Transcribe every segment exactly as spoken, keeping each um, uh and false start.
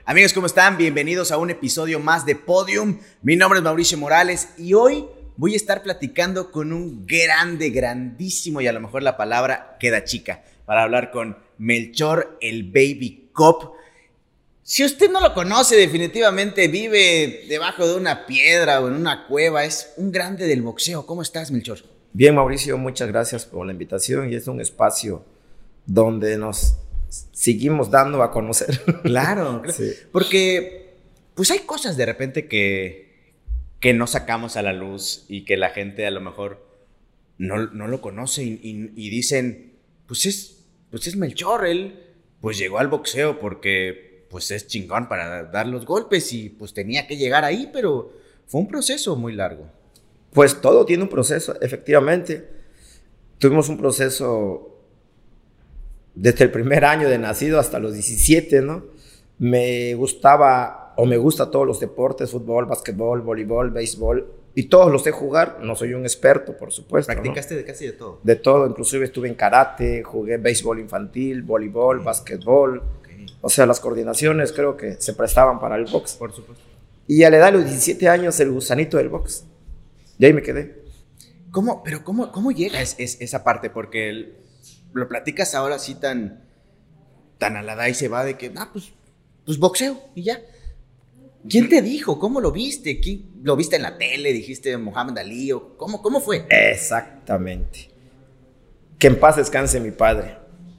Amigos, ¿cómo están? Bienvenidos a un episodio más de Podium. Mi nombre es Mauricio Morales y hoy voy a estar platicando con un grande, grandísimo, y a lo mejor la palabra queda chica, para hablar con Melchor, el Baby Cop. Si usted no lo conoce, definitivamente vive debajo de una piedra o en una cueva. Es un grande del boxeo. ¿Cómo estás, Melchor? Bien, Mauricio, muchas gracias por la invitación y es un espacio donde nos seguimos dando a conocer. Claro, sí. Porque pues hay cosas de repente que, que no sacamos a la luz y que la gente a lo mejor no, no lo conoce y, y, y dicen, pues es, pues es Melchor, él pues llegó al boxeo porque pues es chingón para dar los golpes y pues tenía que llegar ahí, pero fue un proceso muy largo. Pues todo tiene un proceso, efectivamente. Tuvimos un proceso desde el primer año de nacido hasta los diecisiete, ¿no? Me gustaba o me gusta todos los deportes, fútbol, básquetbol, voleibol, béisbol, y todos los sé jugar. No soy un experto, por supuesto. ¿Practicaste ¿no? de casi de todo? De todo, inclusive estuve en karate, jugué béisbol infantil, voleibol, okay. básquetbol. Okay. O sea, las coordinaciones creo que se prestaban para el box. Por supuesto. Y a la edad de los diecisiete años, el gusanito del box. Y ahí me quedé. ¿Cómo, pero cómo, cómo llega es, es, esa parte? Porque el, lo platicas ahora así tan, tan a la da y se va de que, ah, pues, pues boxeo y ya. ¿Quién te dijo? ¿Cómo lo viste? ¿Quién, ¿Lo viste en la tele? ¿Dijiste Muhammad Ali? ¿O cómo, ¿Cómo fue? Exactamente. Que en paz descanse mi padre.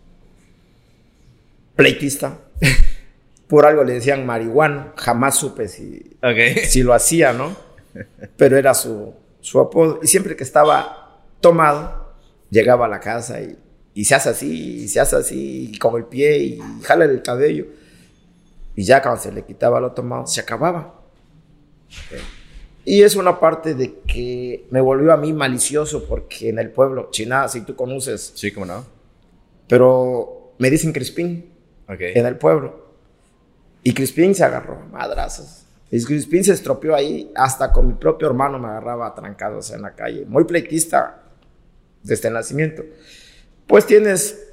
Pleitista. Por algo le decían marihuano. Jamás supe si, okay. si lo hacía, ¿no? Pero era su, su apodo. Y siempre que estaba tomado, llegaba a la casa y, y se hace así, y se hace así, y con el pie, y jala el cabello. Y ya cuando se le quitaba lo tomado, se acababa. Okay. Y es una parte de que me volvió a mí malicioso, porque en el pueblo, Chiná, si tú conoces. Sí, cómo no. Pero me dicen Crispín, okay. en el pueblo. Y Crispín se agarró a madrazos. Y Crispín se estropeó ahí, hasta con mi propio hermano me agarraba trancados en la calle. Muy pleitista desde el nacimiento. Pues tienes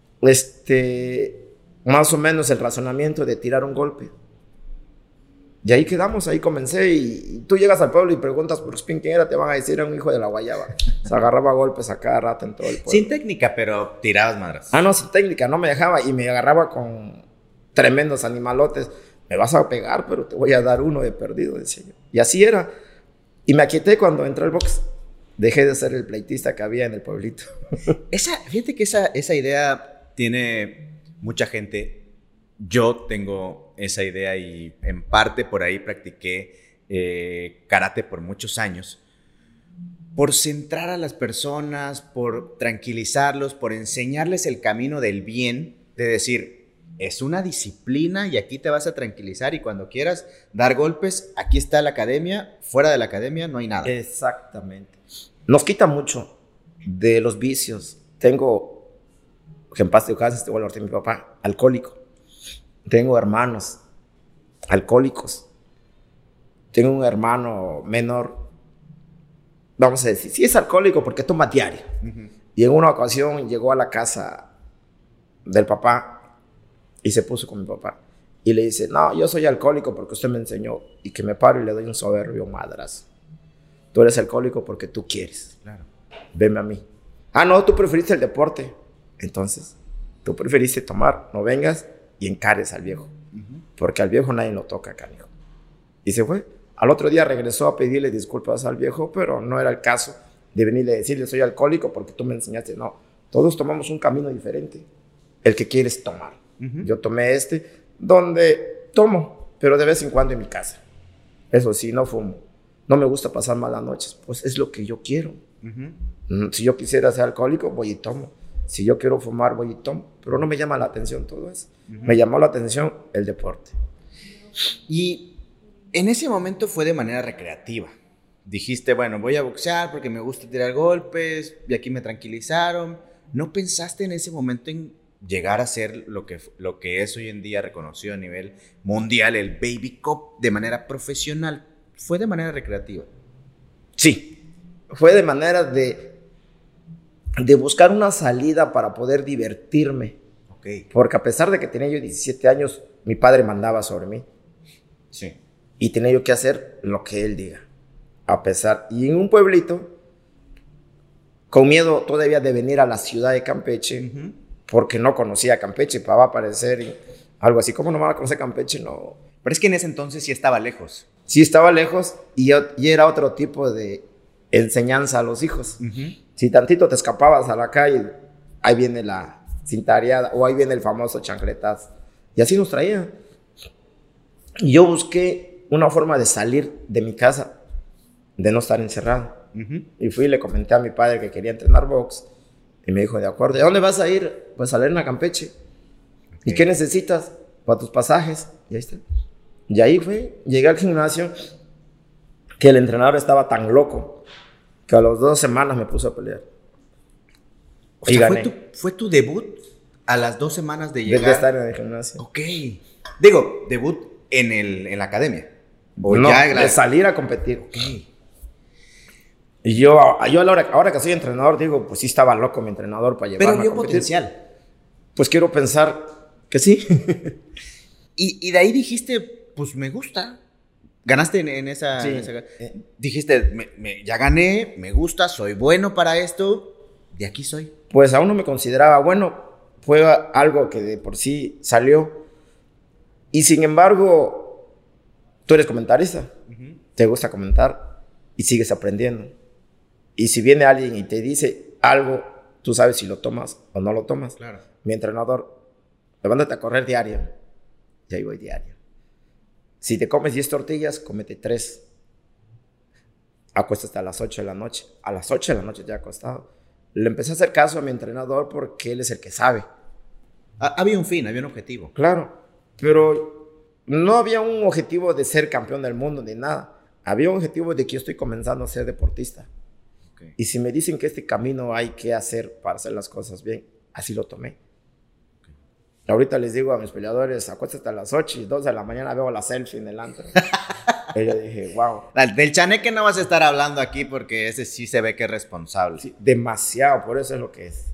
este, más o menos el razonamiento de tirar un golpe. Y ahí quedamos, ahí comencé. Y, y tú llegas al pueblo y preguntas por Crispín quién era, te van a decir era un hijo de la guayaba. Se agarraba golpes a cada rato en todo el pueblo. Sin técnica, pero tirabas madras. Ah, no, sin técnica, no me dejaba. Y me agarraba con tremendos animalotes. Me vas a pegar, pero te voy a dar uno de perdido, decía yo. Y así era. Y me aquieté cuando entré al box. Dejé de ser el pleitista que había en el pueblito. Esa, fíjate que esa, esa idea tiene mucha gente. Yo tengo esa idea y en parte por ahí practiqué eh, karate por muchos años. Por centrar a las personas, por tranquilizarlos, por enseñarles el camino del bien, de decir, es una disciplina y aquí te vas a tranquilizar y cuando quieras dar golpes, aquí está la academia, fuera de la academia no hay nada. Exactamente. Nos quita mucho de los vicios. Tengo, en paz de casa, este vuelvo a mi papá, alcohólico. Tengo hermanos alcohólicos. Tengo un hermano menor, vamos a decir, sí es alcohólico porque toma diario. Uh-huh. Y en una ocasión llegó a la casa del papá y se puso con mi papá. Y le dice, no, yo soy alcohólico porque usted me enseñó. Y que me paro y le doy un soberbio madrazo. Tú eres alcohólico porque tú quieres. Claro. Veme a mí. Ah, no, tú preferiste el deporte. Entonces, tú preferiste tomar. No vengas y encares al viejo. Uh-huh. Porque al viejo nadie lo toca, canijo. Y se fue. Al otro día regresó a pedirle disculpas al viejo, pero no era el caso de venirle a decirle, soy alcohólico porque tú me enseñaste. No, todos tomamos un camino diferente. El que quieres tomar. Uh-huh. Yo tomé este, donde tomo, pero de vez en cuando en mi casa. Eso sí, no fumo. No me gusta pasar malas noches. Pues es lo que yo quiero. Uh-huh. Si yo quisiera ser alcohólico, voy y tomo. Si yo quiero fumar, voy y tomo. Pero no me llama la atención todo eso. Uh-huh. Me llamó la atención el deporte. Y en ese momento fue de manera recreativa. Dijiste, bueno, voy a boxear porque me gusta tirar golpes y aquí me tranquilizaron. ¿No pensaste en ese momento en llegar a ser lo que, lo que es hoy en día reconocido a nivel mundial, el Baby Cop, de manera profesional? ¿Fue de manera recreativa? Sí, fue de manera de, de buscar una salida para poder divertirme. Okay. Porque a pesar de que tenía yo diecisiete años, mi padre mandaba sobre mí. Sí. Y tenía yo que hacer lo que él diga. A pesar, y en un pueblito, con miedo todavía de venir a la ciudad de Campeche, uh-huh. porque no conocía Campeche, para aparecer algo así. ¿Cómo no me va a conocer Campeche? No. Pero es que en ese entonces sí estaba lejos. Sí estaba lejos y, yo, y era otro tipo de enseñanza a los hijos. Uh-huh. Si tantito te escapabas a la calle, ahí viene la cintareada o ahí viene el famoso chancletazo. Y así nos traía. Y yo busqué una forma de salir de mi casa, de no estar encerrado. Uh-huh. Y fui y le comenté a mi padre que quería entrenar box. Y me dijo, de acuerdo. ¿De dónde vas a ir? Pues a la Arena Campeche. Okay. ¿Y qué necesitas? Para tus pasajes. Y ahí está. Y ahí fui. Llegué al gimnasio, que el entrenador estaba tan loco que a las dos semanas me puso a pelear. O y sea, gané. ¿Fue tu, ¿Fue tu debut a las dos semanas de llegar? De estar en el gimnasio. Ok. Digo, debut en, el, en la academia. O no, ya la... de salir a competir. Ok. Y yo, yo a la hora, ahora que soy entrenador, digo, pues sí estaba loco mi entrenador para llevarme. Pero vio potencial. Pues quiero pensar que sí. y, y de ahí dijiste, pues me gusta. Ganaste en, en, esa, sí. en esa... Dijiste, me, me, ya gané, me gusta, soy bueno para esto, de aquí soy. Pues aún no me consideraba bueno, fue algo que de por sí salió. Y sin embargo, tú eres comentarista, uh-huh. te gusta comentar y sigues aprendiendo. Y si viene alguien y te dice algo, tú sabes si lo tomas o no lo tomas. Claro. Mi entrenador, levántate a correr diario. Y ahí voy diario. Si te comes diez tortillas, cómete tres. Acuéstate a las ocho de la noche. A las ocho de la noche te he acostado. Le empecé a hacer caso a mi entrenador porque él es el que sabe. Ah, había un fin, había un objetivo. Claro, pero no había un objetivo de ser campeón del mundo ni nada. Había un objetivo de que yo estoy comenzando a ser deportista. Okay. Y si me dicen que este camino hay que hacer para hacer las cosas bien, así lo tomé. Okay. Ahorita les digo a mis peleadores, acuéstate a las ocho y dos de la mañana veo la selfie en el antro. Y yo dije, wow. Del chaneque no vas a estar hablando aquí porque ese sí se ve que es responsable. Sí, demasiado, por eso es lo que es.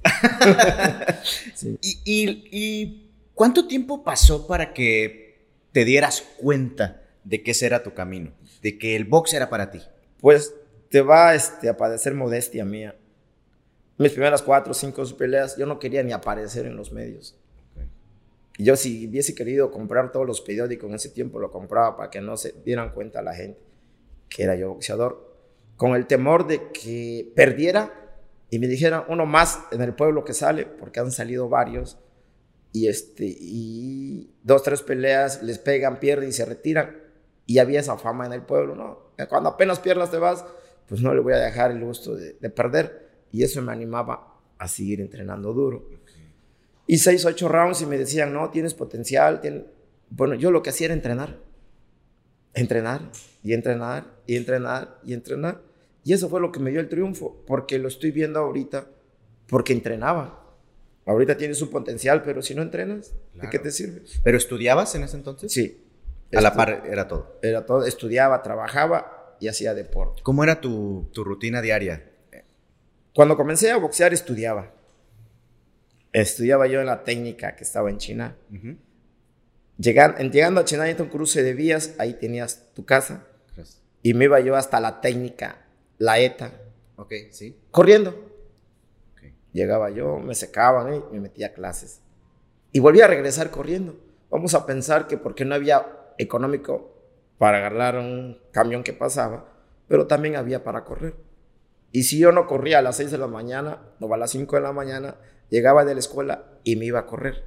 Sí. y, y, ¿Y cuánto tiempo pasó para que te dieras cuenta de que ese era tu camino? De que el box era para ti. Pues te va este, a padecer modestia mía. Mis primeras cuatro o cinco peleas, yo no quería ni aparecer en los medios. Y yo si hubiese querido comprar todos los periódicos en ese tiempo, lo compraba para que no se dieran cuenta la gente que era yo boxeador. Con el temor de que perdiera y me dijeran uno más en el pueblo que sale, porque han salido varios. Y, este, y dos, tres peleas, les pegan, pierden y se retiran. Y había esa fama en el pueblo, ¿no? Cuando apenas pierdas te vas, pues no le voy a dejar el gusto de, de perder. Y eso me animaba a seguir entrenando duro. Y seis, ocho rounds y me decían, no, tienes potencial. Tienes... Bueno, yo lo que hacía era entrenar. Entrenar y entrenar y entrenar y entrenar. Y eso fue lo que me dio el triunfo, porque lo estoy viendo ahorita, porque entrenaba. Ahorita tienes un potencial, pero si no entrenas, claro. ¿de qué te sirve? ¿Pero estudiabas en ese entonces? Sí. A la par era todo. Era todo. Estudiaba, trabajaba y hacía deporte. ¿Cómo era tu, tu rutina diaria? Cuando comencé a boxear, estudiaba. Estudiaba yo en la técnica que estaba en China. Uh-huh. Llegando, llegando a China, hay un cruce de vías, ahí tenías tu casa. Gracias. Y me iba yo hasta la técnica, la ETA. Ok, sí. Corriendo. Okay. Llegaba yo, me secaban y me metía a clases. Y volví a regresar corriendo. Vamos a pensar que porque no había económico para agarrar un camión que pasaba, pero también había para correr. Y si yo no corría a las seis de la mañana o a las cinco de la mañana, llegaba de la escuela y me iba a correr.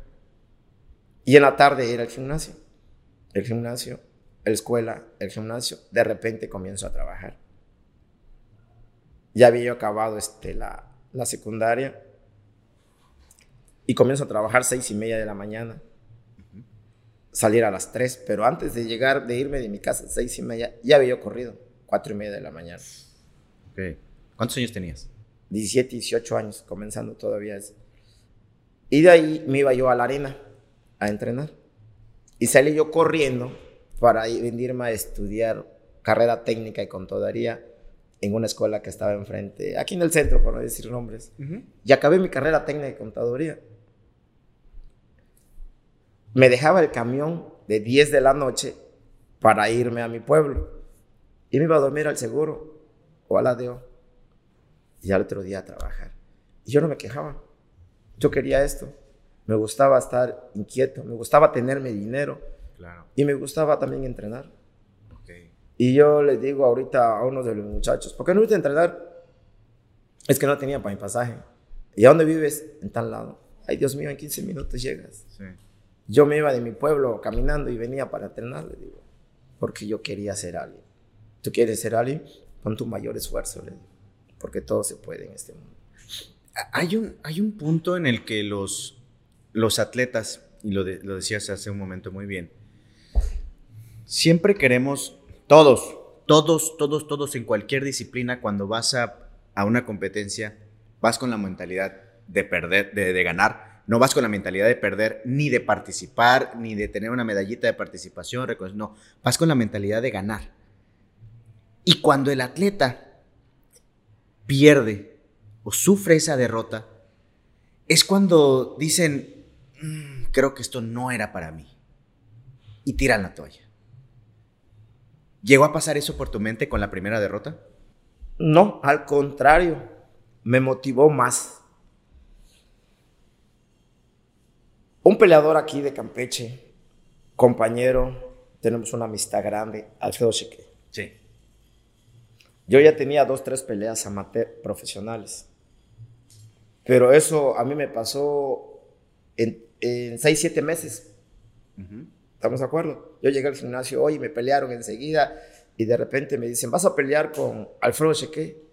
Y en la tarde era el gimnasio. El gimnasio, la escuela, el gimnasio. De repente comienzo a trabajar. Ya había yo acabado este, la, la secundaria. Y comienzo a trabajar seis y media de la mañana. Uh-huh. Salir a las tres. Pero antes de llegar, de irme de mi casa a seis y media, ya había yo corrido. Cuatro y media de la mañana. Okay. ¿Cuántos años tenías? diecisiete, dieciocho años, comenzando todavía eso. Y de ahí me iba yo a la arena a entrenar. Y salí yo corriendo para venirme a estudiar carrera técnica y contaduría en una escuela que estaba enfrente, aquí en el centro, por no decir nombres. Uh-huh. Y acabé mi carrera técnica y contaduría. Me dejaba el camión de diez de la noche para irme a mi pueblo. Y me iba a dormir al seguro o al adeo. Y al otro día a trabajar. Y yo no me quejaba. Yo quería esto. Me gustaba estar inquieto. Me gustaba tenerme dinero. Claro. Y me gustaba también entrenar. Okay. Y yo les digo ahorita a uno de los muchachos, ¿por qué no viste a entrenar? Es que no tenía para mi pasaje. ¿Y a dónde vives? En tal lado. Ay, Dios mío, en quince minutos llegas. Sí. Yo me iba de mi pueblo caminando y venía para entrenar, le digo, porque yo quería ser alguien. ¿Tú quieres ser alguien? Pon tu mayor esfuerzo, le digo, porque todo se puede en este mundo. Hay un, hay un punto en el que los, los atletas, y lo, de, lo decías hace un momento muy bien, siempre queremos, todos, todos, todos, todos en cualquier disciplina, cuando vas a, a una competencia, vas con la mentalidad de perder, de, de ganar. No vas con la mentalidad de perder, ni de participar, ni de tener una medallita de participación. No, vas con la mentalidad de ganar. Y cuando el atleta pierde o sufre esa derrota, es cuando dicen, mmm, creo que esto no era para mí. Y tiran la toalla. ¿Llegó a pasar eso por tu mente con la primera derrota? No, al contrario, me motivó más. Un peleador aquí de Campeche, compañero, tenemos una amistad grande, Alfredo Cheque. Sí. Yo ya tenía dos, tres peleas amateur profesionales. Pero eso a mí me pasó en, en seis, siete meses. Uh-huh. ¿Estamos de acuerdo? Yo llegué al gimnasio hoy y me pelearon enseguida y de repente me dicen, ¿vas a pelear con Alfredo Cheque?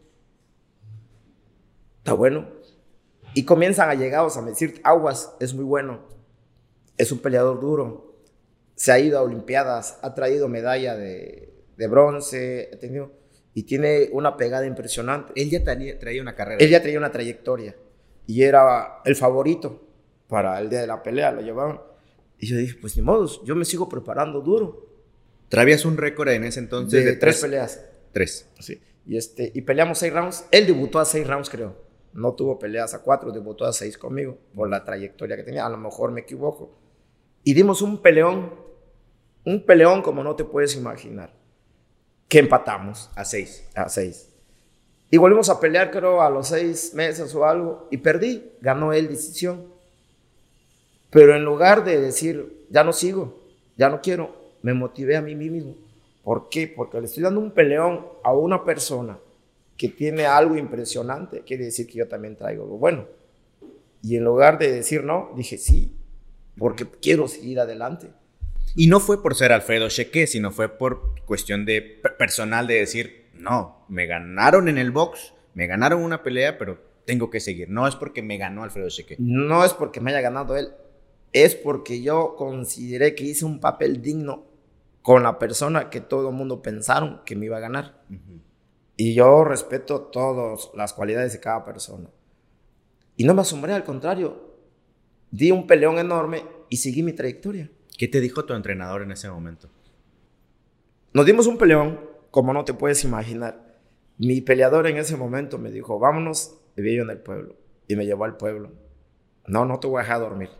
Está bueno. Y comienzan allegados a decir, aguas, es muy bueno. Es un peleador duro. Se ha ido a Olimpiadas, ha traído medalla de, de bronce, ha tenido, y tiene una pegada impresionante. Él ya traía, traía una carrera. Él ya traía una trayectoria. Y era el favorito para el día de la pelea, lo llevaban. Y yo dije, pues ni modo, yo me sigo preparando duro. ¿Traías un récord en ese entonces de, de tres, tres peleas? Tres. Sí. Y, este, y peleamos seis rounds. Él debutó a seis rounds, creo. No tuvo peleas a cuatro, debutó a seis conmigo por la trayectoria que tenía. A lo mejor me equivoco. Y dimos un peleón, un peleón como no te puedes imaginar. Que empatamos. A seis. A seis. Y volvimos a pelear, creo, a los seis meses o algo. Y perdí. Ganó él decisión. Pero en lugar de decir, ya no sigo, ya no quiero, me motivé a mí mismo. ¿Por qué? Porque le estoy dando un peleón a una persona que tiene algo impresionante. Quiere decir que yo también traigo algo bueno. Y en lugar de decir no, dije sí, porque quiero seguir adelante. Y no fue por ser Alfredo Cheque, sino fue por cuestión de personal de decir, no, me ganaron en el box, me ganaron una pelea, pero tengo que seguir. No es porque me ganó Alfredo Cheque. No es porque me haya ganado él, es porque yo consideré que hice un papel digno con la persona que todo el mundo pensaron que me iba a ganar. Uh-huh. Y yo respeto todas las cualidades de cada persona. Y no me asombré, al contrario. Di un peleón enorme y seguí mi trayectoria. ¿Qué te dijo tu entrenador en ese momento? Nos dimos un peleón, como no te puedes imaginar. Mi peleador en ese momento me dijo, vámonos, vivía yo en el pueblo. Y me llevó al pueblo. No, no te voy a dejar dormir.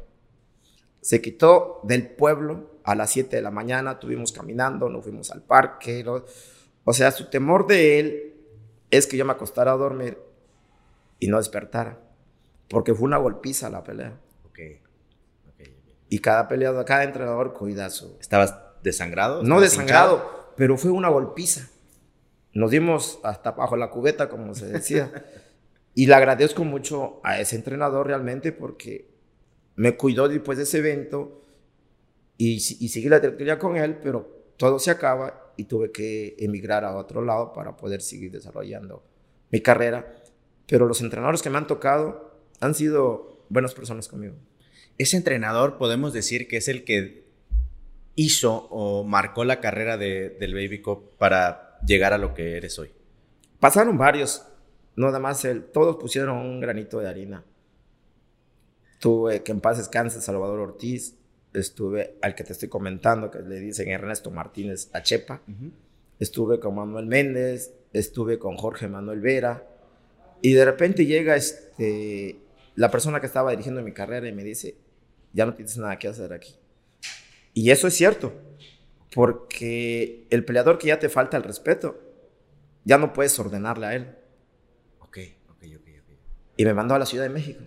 Se quitó del pueblo a las siete de la mañana, estuvimos caminando, nos fuimos al parque. Lo, o sea, su temor de él es que yo me acostara a dormir y no despertara. Porque fue una golpiza la pelea. Okay. Okay. Y cada peleador, cada entrenador cuida su... ¿Estabas desangrado? No desangrado, pero fue una golpiza. Nos dimos hasta bajo la cubeta, como se decía. Y le agradezco mucho a ese entrenador realmente porque me cuidó después de ese evento y, y seguí la trayectoria con él, pero todo se acaba y tuve que emigrar a otro lado para poder seguir desarrollando mi carrera. Pero los entrenadores que me han tocado han sido buenas personas conmigo. Ese entrenador podemos decir que es el que hizo o marcó la carrera de, del Baby Cup para llegar a lo que eres hoy. Pasaron varios, no nada más él, todos pusieron un granito de harina. Tuve, que en paz descanse, Salvador Ortiz, estuve al que te estoy comentando, que le dicen Ernesto Martínez Achepa, uh-huh. Estuve con Manuel Méndez, estuve con Jorge Manuel Vera, y de repente llega este, la persona que estaba dirigiendo mi carrera y me dice, ya no tienes nada que hacer aquí. Y eso es cierto, porque el peleador que ya te falta el respeto, ya no puedes ordenarle a él. Ok, ok, ok, ok. Y me mandó a la Ciudad de México.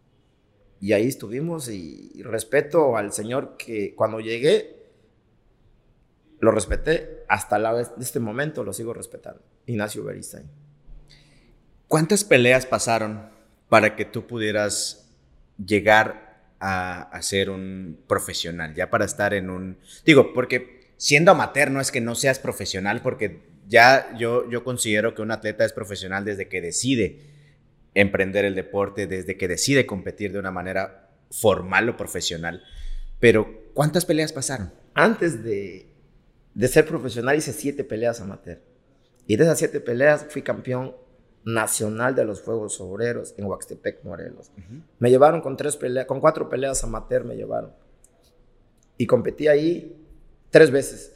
Y ahí estuvimos y, y respeto al señor que cuando llegué, lo respeté. Hasta la, este momento lo sigo respetando. Ignacio Beristain. ¿Cuántas peleas pasaron para que tú pudieras llegar a, a ser un profesional? Ya para estar en un... Digo, porque siendo amateur no es que no seas profesional, porque ya yo, yo considero que un atleta es profesional desde que decide emprender el deporte, desde que decide competir de una manera formal o profesional. Pero, ¿cuántas peleas pasaron? Antes de, de ser profesional hice siete peleas amateur. Y de esas siete peleas fui campeón nacional de los Juegos Obreros en Huaxtepec, Morelos. Uh-huh. Me llevaron con, tres peleas, con cuatro peleas amateur, me llevaron. Y competí ahí tres veces.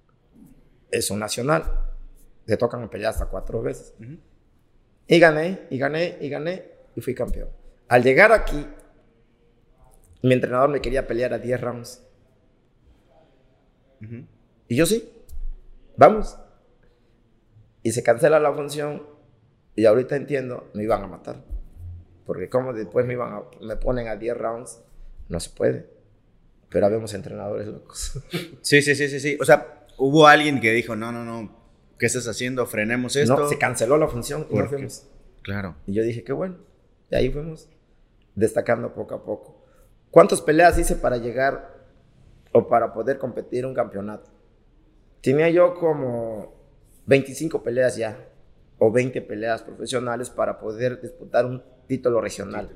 Es un nacional. Te tocan pelear hasta cuatro veces. Uh-huh. Y gané, y gané, y gané, y fui campeón. Al llegar aquí, mi entrenador me quería pelear a diez rounds. Uh-huh. Y yo sí, vamos. Y se cancela la función, y ahorita entiendo, me iban a matar. Porque como después me, iban a, me ponen a diez rounds, no se puede. Pero habemos entrenadores locos. Sí, sí, sí, sí, sí. O sea, hubo alguien que dijo, no, no, no. ¿Qué estás haciendo? Frenemos esto. No, se canceló la función y no fuimos. Claro. Y yo dije, qué bueno. Y ahí fuimos destacando poco a poco. ¿Cuántas peleas hice para llegar o para poder competir en un campeonato? Tenía yo como veinticinco peleas ya, o veinte peleas profesionales para poder disputar un título regional.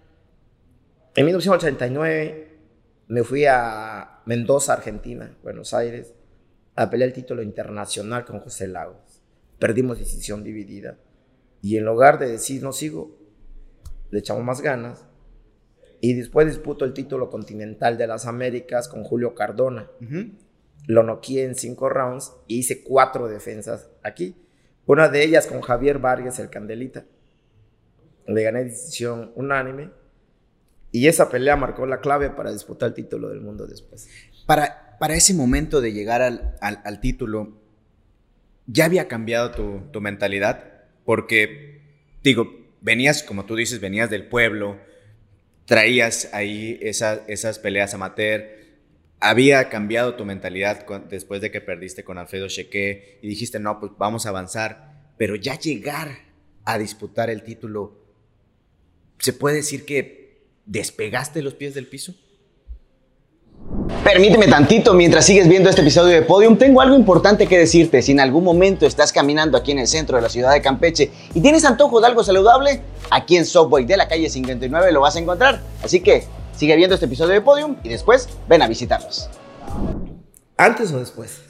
En mil novecientos ochenta y nueve me fui a Mendoza, Argentina, Buenos Aires, a pelear el título internacional con José Lagos. Perdimos decisión dividida. Y en lugar de decir no sigo, le echamos más ganas. Y después disputo el título continental de las Américas con Julio Cardona. Uh-huh. Lo noqueé en cinco rounds y hice cuatro defensas aquí. Una de ellas con Javier Vargas, el Candelita. Le gané decisión unánime. Y esa pelea marcó la clave para disputar el título del mundo después. Para... Para ese momento de llegar al, al, al título, ¿ya había cambiado tu, tu mentalidad? Porque, digo, venías, como tú dices, venías del pueblo, traías ahí esa, esas peleas amateur. ¿Había cambiado tu mentalidad con, después de que perdiste con Alfredo Chequé y dijiste, no, pues vamos a avanzar? Pero ya llegar a disputar el título, ¿se puede decir que despegaste los pies del piso? Permíteme tantito, mientras sigues viendo este episodio de Podium, tengo algo importante que decirte. Si en algún momento estás caminando aquí en el centro de la ciudad de Campeche y tienes antojo de algo saludable, aquí en Subway de la calle cincuenta y nueve lo vas a encontrar. Así que sigue viendo este episodio de Podium y después ven a visitarnos. ¿Antes o después?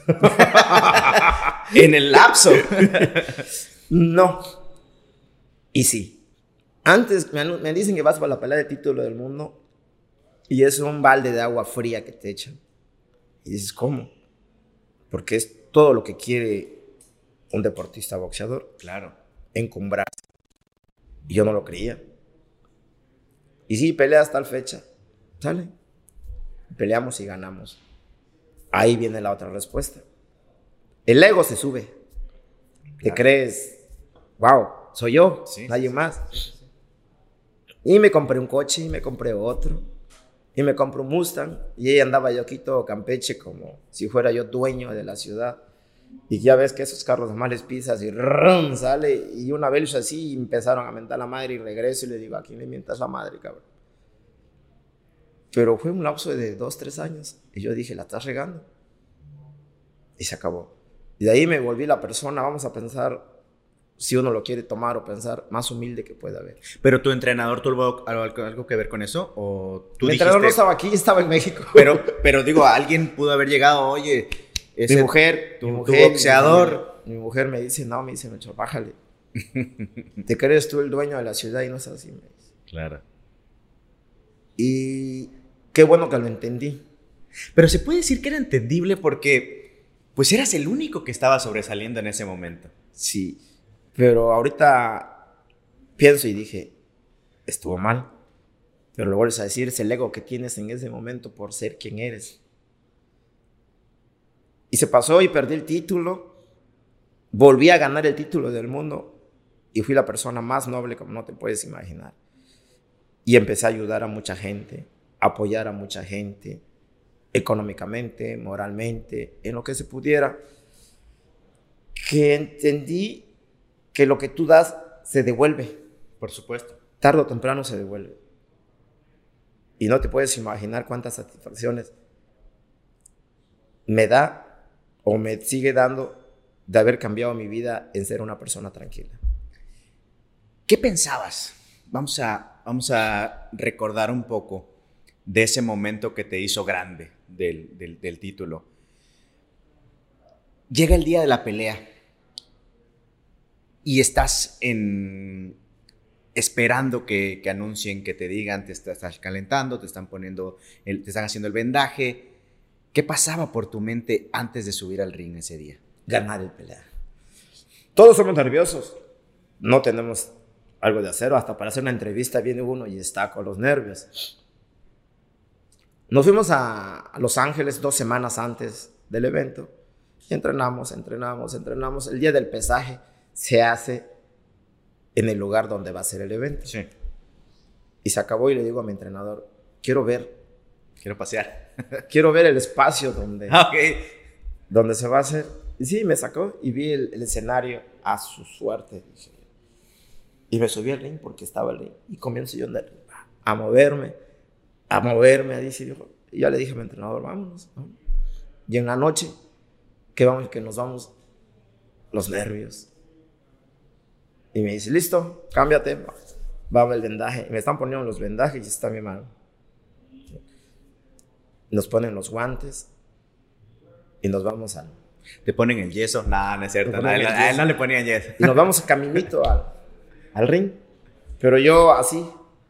En el lapso. No. Y sí. Antes me, me dicen que vas para la pelea de título del mundo. Y es un balde de agua fría que te echan. Y dices, ¿cómo? Porque es todo lo que quiere un deportista boxeador. Claro. Encumbrarse. Y yo no lo creía. Y sí, pelea hasta la fecha. ¿Sale? Peleamos y ganamos. Ahí viene la otra respuesta. El ego se sube. Claro. Te crees, wow, soy yo, sí, nadie sí, más. Sí, sí, sí. Y me compré un coche y me compré otro. Y me compré un Mustang. Y ahí andaba yo aquí todo Campeche como si fuera yo dueño de la ciudad. Y ya ves que esos carros nomás les pisas y ¡rum! Sale. Y una vez así empezaron a mentar la madre y regreso y le digo, ¿a quién le mientas la madre, cabrón? Pero fue un lapso de dos, tres años. Y yo dije, la estás regando. Y se acabó. Y de ahí me volví la persona, vamos a pensar, si uno lo quiere tomar o pensar, más humilde que pueda haber. ¿Pero tu entrenador tuvo algo, algo que ver con eso? ¿O tú Mi dijiste... entrenador no estaba aquí, estaba en México. Pero, pero digo, alguien pudo haber llegado, oye... Ese, mi mujer, tu, mi mujer, tu boxeador. Mi, mi mujer me dice, no, me dice, Mecho, bájale. ¿Te crees tú el dueño de la ciudad? Y no es así, me dice. Claro. Y qué bueno que lo entendí. Pero se puede decir que era entendible porque, pues eras el único que estaba sobresaliendo en ese momento. Sí, pero ahorita pienso y dije, estuvo mal. Pero lo vuelves a decir, es el ego que tienes en ese momento por ser quien eres. Y se pasó y perdí el título. Volví a ganar el título del mundo y fui la persona más noble como no te puedes imaginar. Y empecé a ayudar a mucha gente, a apoyar a mucha gente, económicamente, moralmente, en lo que se pudiera. Que entendí que lo que tú das se devuelve. Por supuesto. Tarde o temprano se devuelve. Y no te puedes imaginar cuántas satisfacciones me da o me sigue dando de haber cambiado mi vida en ser una persona tranquila. ¿Qué pensabas? Vamos a, vamos a recordar un poco de ese momento que te hizo grande del, del, del título. Llega el día de la pelea y estás en, esperando que, que anuncien, que te digan, te estás calentando, te están poniendo, el, te están haciendo el vendaje. ¿Qué pasaba por tu mente antes de subir al ring ese día? Ganar el pelea. Todos somos nerviosos. No tenemos algo de acero. Hasta para hacer una entrevista viene uno y está con los nervios. Nos fuimos a, a Los Ángeles dos semanas antes del evento. Y entrenamos, entrenamos, entrenamos. El día del pesaje se hace en el lugar donde va a ser el evento. Sí. Y se acabó y le digo a mi entrenador, quiero ver. Quiero pasear. Quiero ver el espacio donde, okay. donde se va a hacer. Y sí, me sacó y vi el, el escenario a su suerte. Dije. Y me subí al ring porque estaba el ring. Y comienzo yo a moverme, a moverme. Ahí sí, dijo. Y ya le dije a mi entrenador, vámonos, vámonos. Y en la noche, que vamos, que nos vamos, los nervios. Y me dice, listo, cámbiate. Va el vendaje. Y me están poniendo los vendajes y está mi mano. Nos ponen los guantes y nos vamos al... ¿Te ponen el yeso? No, no es cierto. No, a él no le ponían yeso. Y nos vamos caminito al, al ring. Pero yo así,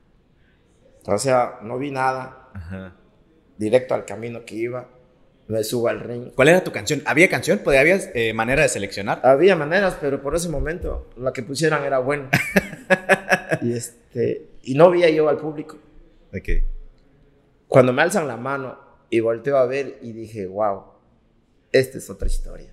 o sea, no vi nada. Ajá. Directo al camino que iba, me subo al ring. ¿Cuál era tu canción? ¿Había canción? ¿Había eh, manera de seleccionar? Había maneras, pero por ese momento la que pusieran era buena. y, este, y no veía yo al público. Ok. Cuando me alzan la mano y volteo a ver y dije, wow, esta es otra historia.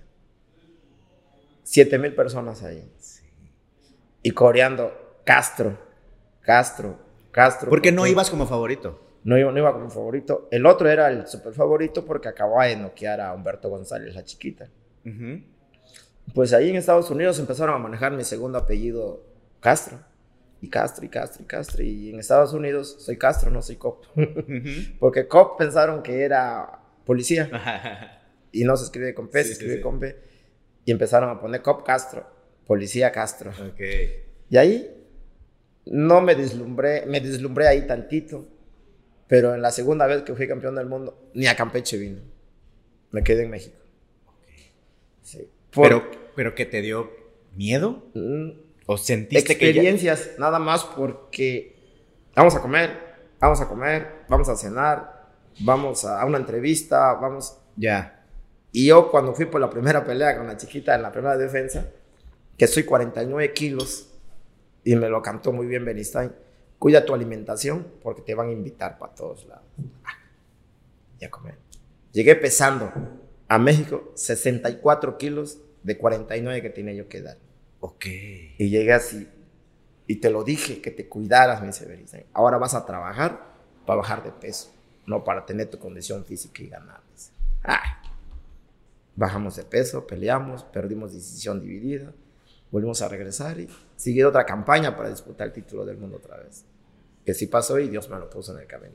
Siete mil personas ahí. Sí. Y coreando Castro, Castro, Castro. ¿Por qué no ibas como favorito? No iba, no iba como favorito. El otro era el super favorito porque acababa de noquear a Humberto González, la chiquita. Uh-huh. Pues ahí en Estados Unidos empezaron a manejar mi segundo apellido, Castro. Y Castro, y Castro, y Castro. Y en Estados Unidos soy Castro, no soy Cop. Uh-huh. Porque Cop pensaron que era policía. Y no se escribe con P, sí, se escribe sí, sí. con P. Y empezaron a poner Cop Castro, policía Castro. Okay. Y ahí no me deslumbré, me deslumbré ahí tantito. Pero en la segunda vez que fui campeón del mundo, ni a Campeche vino. Me quedé en México. Okay. Sí. Por... ¿Pero, ¿Pero qué te dio miedo? Mm, ¿O sentiste experiencias, que ya... nada más porque vamos a comer, vamos a comer, vamos a cenar, vamos a, a una entrevista, vamos... Ya. Y yo cuando fui por la primera pelea con la chiquita en la primera defensa, que soy cuarenta y nueve kilos, y me lo cantó muy bien Beristain, cuida tu alimentación porque te van a invitar para todos lados. Ah, y a comer. Llegué pesando a México sesenta y cuatro kilos de cuarenta y nueve que tenía yo que dar. Ok. Y llegué así. Y te lo dije, que te cuidaras, me dice Beristain. Ahora vas a trabajar para bajar de peso, no para tener tu condición física y ganar. Ah. Bajamos de peso, peleamos, perdimos decisión dividida, volvimos a regresar y seguir otra campaña para disputar el título del mundo otra vez. Que sí pasó y Dios me lo puso en el camino.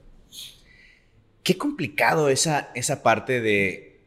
Qué complicado esa, esa parte de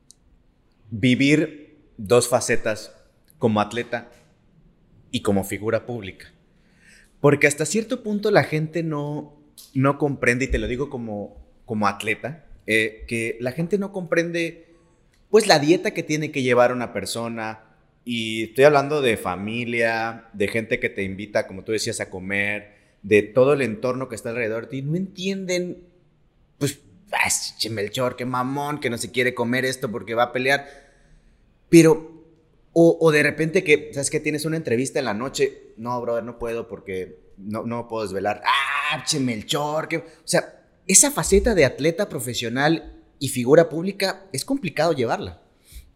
vivir dos facetas como atleta y como figura pública. Porque hasta cierto punto la gente no, no comprende, y te lo digo como, como atleta, eh, que la gente no comprende pues la dieta que tiene que llevar una persona. Y estoy hablando de familia, de gente que te invita, como tú decías, a comer, de todo el entorno que está alrededor de ti. No entienden, pues, ay, che Melchor, qué mamón, que no se quiere comer esto porque va a pelear. Pero, o, o de repente que, ¿sabes qué? Tienes una entrevista en la noche. No, brother, no puedo porque no, no puedo desvelar. Ah, che Melchor, que... O sea, esa faceta de atleta profesional y figura pública es complicado llevarla.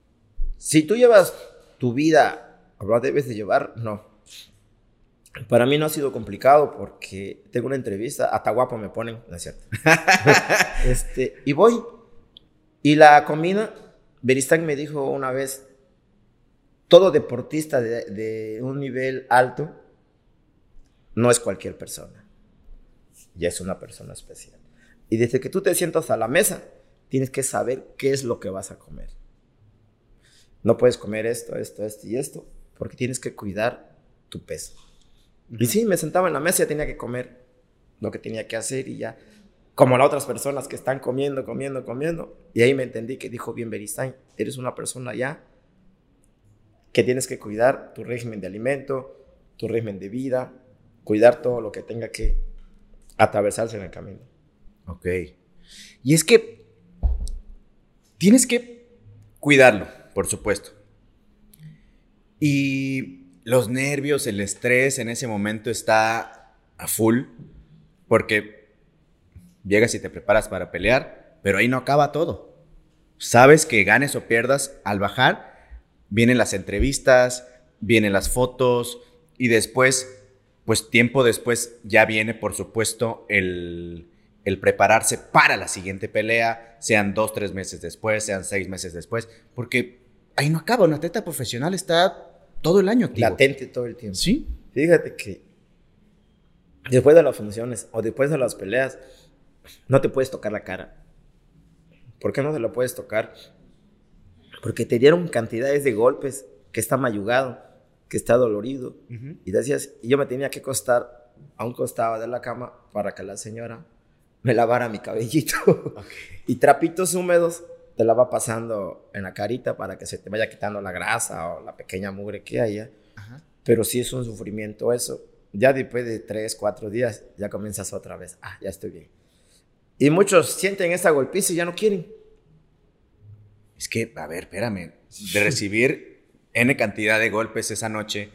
Si tú llevas tu vida, o la debes de llevar, no. Para mí no ha sido complicado porque tengo una entrevista, hasta guapo me ponen, no es cierto. este, y voy. Y la comida, Beristain me dijo una vez, todo deportista de, de un nivel alto no es cualquier persona. Ya es una persona especial. Y desde que tú te sientas a la mesa, tienes que saber qué es lo que vas a comer. No puedes comer esto, esto, esto y esto, porque tienes que cuidar tu peso. Uh-huh. Y sí, me sentaba en la mesa y ya tenía que comer lo que tenía que hacer y ya, como las otras personas que están comiendo, comiendo, comiendo. Y ahí me entendí que dijo bien Beristain, eres una persona ya que tienes que cuidar tu régimen de alimento, tu régimen de vida, cuidar todo lo que tenga que atravesarse en el camino. Ok. Y es que tienes que cuidarlo, por supuesto. Y los nervios, el estrés en ese momento está a full, porque llegas y te preparas para pelear, pero ahí no acaba todo. Sabes que ganes o pierdas, al bajar vienen las entrevistas, vienen las fotos y después, pues tiempo después ya viene, por supuesto, el, el prepararse para la siguiente pelea, sean dos, tres meses después, sean seis meses después, porque ahí no acaba. Un atleta profesional está todo el año activo. Latente todo el tiempo. Sí. Fíjate que después de las funciones o después de las peleas, no te puedes tocar la cara. ¿Por qué no te la puedes tocar? Porque te dieron cantidades de golpes, que está mayugado, que está dolorido. Uh-huh. Y decías, y yo me tenía que acostar a un costado de la cama para que la señora me lavara mi cabellito. Okay. Y trapitos húmedos te la va pasando en la carita para que se te vaya quitando la grasa o la pequeña mugre que haya. Uh-huh. Pero sí es un sufrimiento eso. Ya después de tres, cuatro días, ya comienzas otra vez. Ah, ya estoy bien. Y muchos sienten esa golpiza y ya no quieren. Es que, a ver, espérame, de recibir N cantidad de golpes esa noche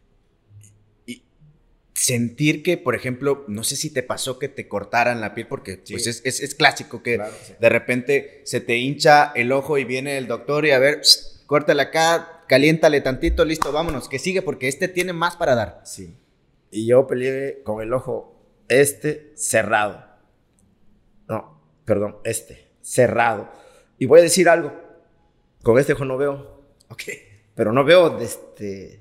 y sentir que, por ejemplo, no sé si te pasó que te cortaran la piel, porque sí. pues es, es, es clásico que claro, sí. de repente se te hincha el ojo y viene el doctor y a ver, pss, córtale acá, caliéntale tantito, listo, vámonos, que sigue porque este tiene más para dar. Sí, y yo peleé con el ojo este cerrado. No, perdón, este, cerrado. Y voy a decir algo. Con este ojo no veo. Ok. Pero no veo desde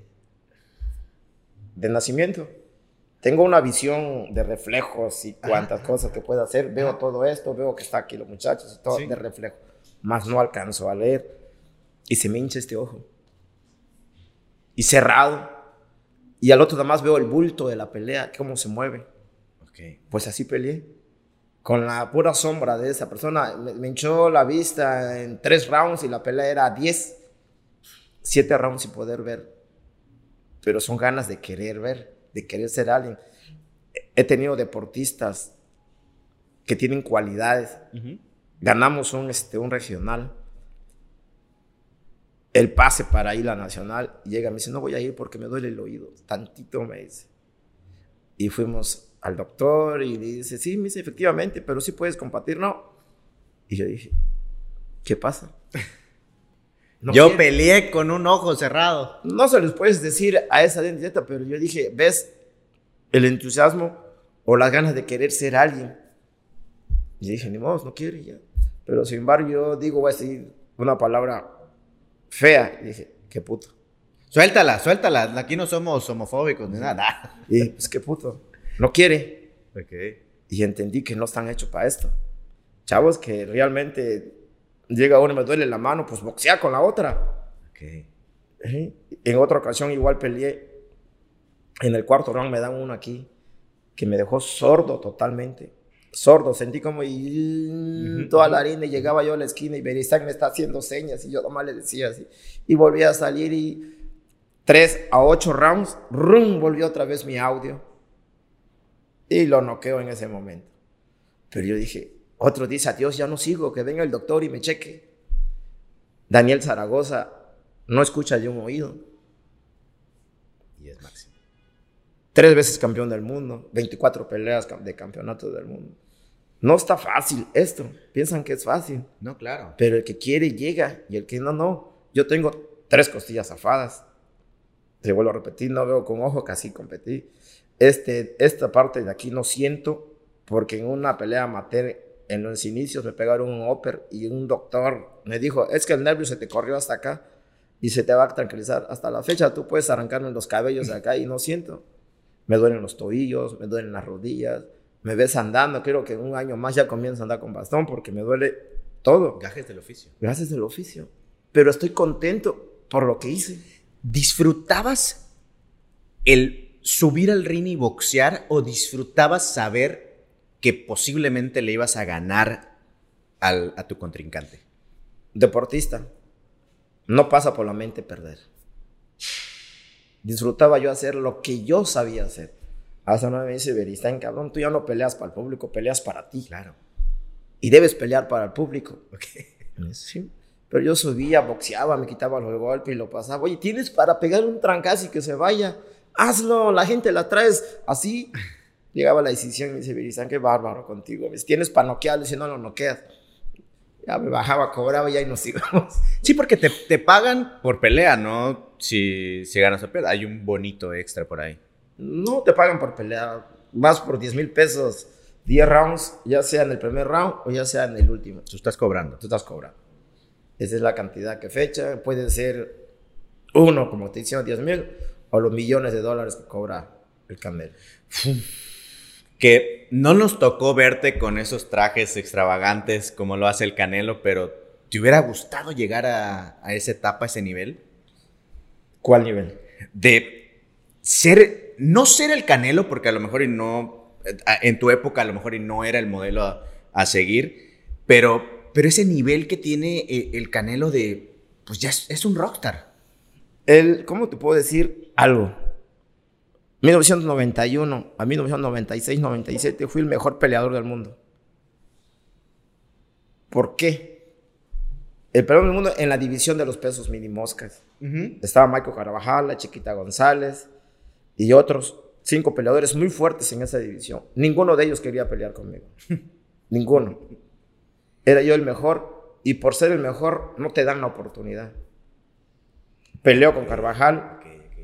de nacimiento. Tengo una visión de reflejos y cuantas ajá, cosas que puedo hacer. Veo ajá. todo esto, veo que está aquí los muchachos y todo sí. de reflejo. Más no alcanzo a leer. Y se me hincha este ojo. Y cerrado. Y al otro nada más veo el bulto de la pelea, cómo se mueve. Okay. Pues así peleé. Con la pura sombra de esa persona. Me, me hinchó la vista en tres rounds y la pelea era diez. Siete rounds sin poder ver. Pero son ganas de querer ver, de querer ser alguien. He tenido deportistas que tienen cualidades. Uh-huh. Ganamos un, este, un regional. El pase para ir a la nacional. Y llega y me dice, no voy a ir porque me duele el oído. Tantito me dice. Y fuimos al doctor y le dice, sí, me dice, efectivamente, pero sí puedes combatir, ¿no? Y yo dije, ¿qué pasa? No yo quiero. Peleé con un ojo cerrado. No se les puedes decir a esa dieta, pero yo dije, ¿ves el entusiasmo o las ganas de querer ser alguien? Y dije, ni modo, no quiere ya. Pero sin embargo, yo digo, voy a decir una palabra fea. Y dije, qué puto. Suéltala, suéltala. Aquí no somos homofóbicos ni nada. Y pues, qué puto. No quiere. Okay. Y entendí que no están hechos para esto. Chavos que realmente llega uno y me duele la mano, pues boxea con la otra. Okay. ¿Eh? En otra ocasión igual peleé. En el cuarto round me dan uno aquí que me dejó sordo totalmente. Sordo, sentí como y, uh-huh. toda la harina y llegaba yo a la esquina y Beristain me está haciendo señas y yo nomás le decía así. Y volví a salir y tres a ocho rounds, rum, volvió otra vez mi audio. Y lo noqueo en ese momento. Pero yo dije, otro dice, adiós, ya no sigo, que venga el doctor y me cheque. Daniel Zaragoza no escucha de un oído. Y es máximo. Tres veces campeón del mundo, veinticuatro peleas de campeonato del mundo. No está fácil esto. Piensan que es fácil. No, claro. Pero el que quiere llega y el que no, no. Yo tengo tres costillas zafadas. Te vuelvo a repetir, no veo con ojo que así competí. Este, esta parte de aquí no siento, porque en una pelea amateur, en los inicios me pegaron un upper y un doctor me dijo, es que el nervio se te corrió hasta acá y se te va a tranquilizar. Hasta la fecha tú puedes arrancarme los cabellos de acá y no siento. Me duelen los tobillos, me duelen las rodillas, me ves andando, creo que en un año más ya comienzo a andar con bastón porque me duele todo. Gajes del oficio. Gajes del oficio. Pero estoy contento por lo que hice. ¿Disfrutabas el subir al ring y boxear o disfrutabas saber que posiblemente le ibas a ganar al, a tu contrincante? Deportista, no pasa por la mente perder. Disfrutaba yo hacer lo que yo sabía hacer. Hasta una vez me dice, Beristain, cabrón, tú ya no peleas para el público, peleas para ti. Claro. Y debes pelear para el público. Okay. Sí. Pero yo subía, boxeaba, me quitaba los golpes y lo pasaba. Oye, tienes para pegar un trancazo y que se vaya. Hazlo, la gente la traes así. Llegaba la decisión y me dice, Beristain, qué bárbaro contigo. Me dice, tienes para noquearlo, si no lo noqueas. Ya me bajaba, cobraba y ya y nos íbamos. Sí, porque te, te pagan por pelea, ¿no? Si, si ganas o pierdes. Hay un bonito extra por ahí. No te pagan por pelea. Vas por diez mil pesos, diez rounds, ya sea en el primer round o ya sea en el último. Tú estás cobrando. Tú estás cobrando. Esa es la cantidad que fecha. Puede ser uno, como te hicieron, diez mil, o los millones de dólares que cobra el Canelo. Que no nos tocó verte con esos trajes extravagantes como lo hace el Canelo, pero ¿te hubiera gustado llegar a, a esa etapa, a ese nivel? ¿Cuál nivel? De ser, no ser el Canelo, porque a lo mejor y no, en tu época a lo mejor y no era el modelo a, a seguir, pero, pero ese nivel que tiene el Canelo de, pues ya es, es un rockstar. El, ¿cómo te puedo decir algo? mil novecientos noventa y uno a mil novecientos noventa y seis noventa y siete fui el mejor peleador del mundo. ¿Por qué? El peleador del mundo en la división de los pesos mini moscas. Uh-huh. Estaba Michael Carvajal, la Chiquita González y otros cinco peleadores muy fuertes en esa división. Ninguno de ellos quería pelear conmigo. Ninguno. Era yo el mejor y por ser el mejor no te dan la oportunidad. Peleó con Carvajal.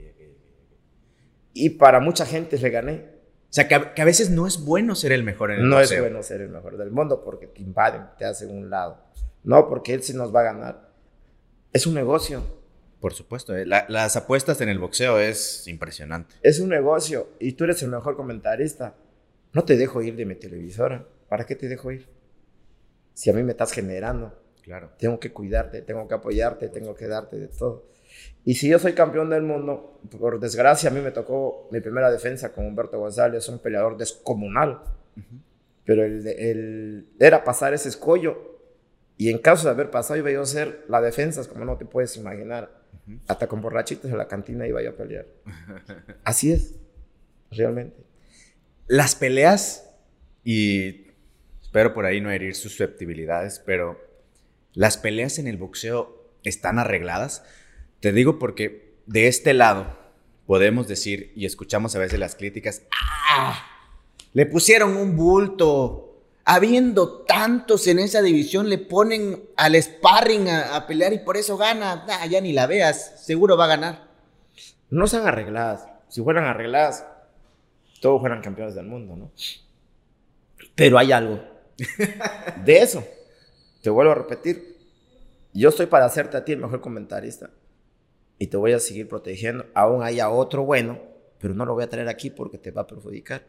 Y para mucha gente le gané. O sea, que a, que a veces no es bueno ser el mejor en el No boxeo. es bueno ser el mejor del mundo porque te invaden, te hacen un lado. No, porque él sí nos va a ganar. Es un negocio. Por supuesto. Eh. La, las apuestas en el boxeo es impresionante. Es un negocio y tú eres el mejor comentarista. No te dejo ir de mi televisora. ¿Para qué te dejo ir? Si a mí me estás generando. Claro. Tengo que cuidarte, tengo que apoyarte, tengo que darte de todo. Y si yo soy campeón del mundo, por desgracia a mí me tocó mi primera defensa con Humberto González, un peleador descomunal. Uh-huh. Pero el, el, era pasar ese escollo. Y en caso de haber pasado, iba yo a hacer la defensa, como no te puedes imaginar. Uh-huh. Hasta con borrachitos en la cantina iba yo a pelear. Así es, realmente. Las peleas, y espero por ahí no herir susceptibilidades, pero las peleas en el boxeo están arregladas. Te digo porque de este lado podemos decir, y escuchamos a veces las críticas, ¡ah! Le pusieron un bulto. Habiendo tantos en esa división, le ponen al sparring a, a pelear y por eso gana. Nah, ya ni la veas, seguro va a ganar. No están arregladas. Si fueran arregladas, todos fueran campeones del mundo, ¿no? Pero hay algo. De eso, te vuelvo a repetir. Yo estoy para hacerte a ti el mejor comentarista. Y te voy a seguir protegiendo. Aún haya otro bueno, pero no lo voy a traer aquí porque te va a perjudicar.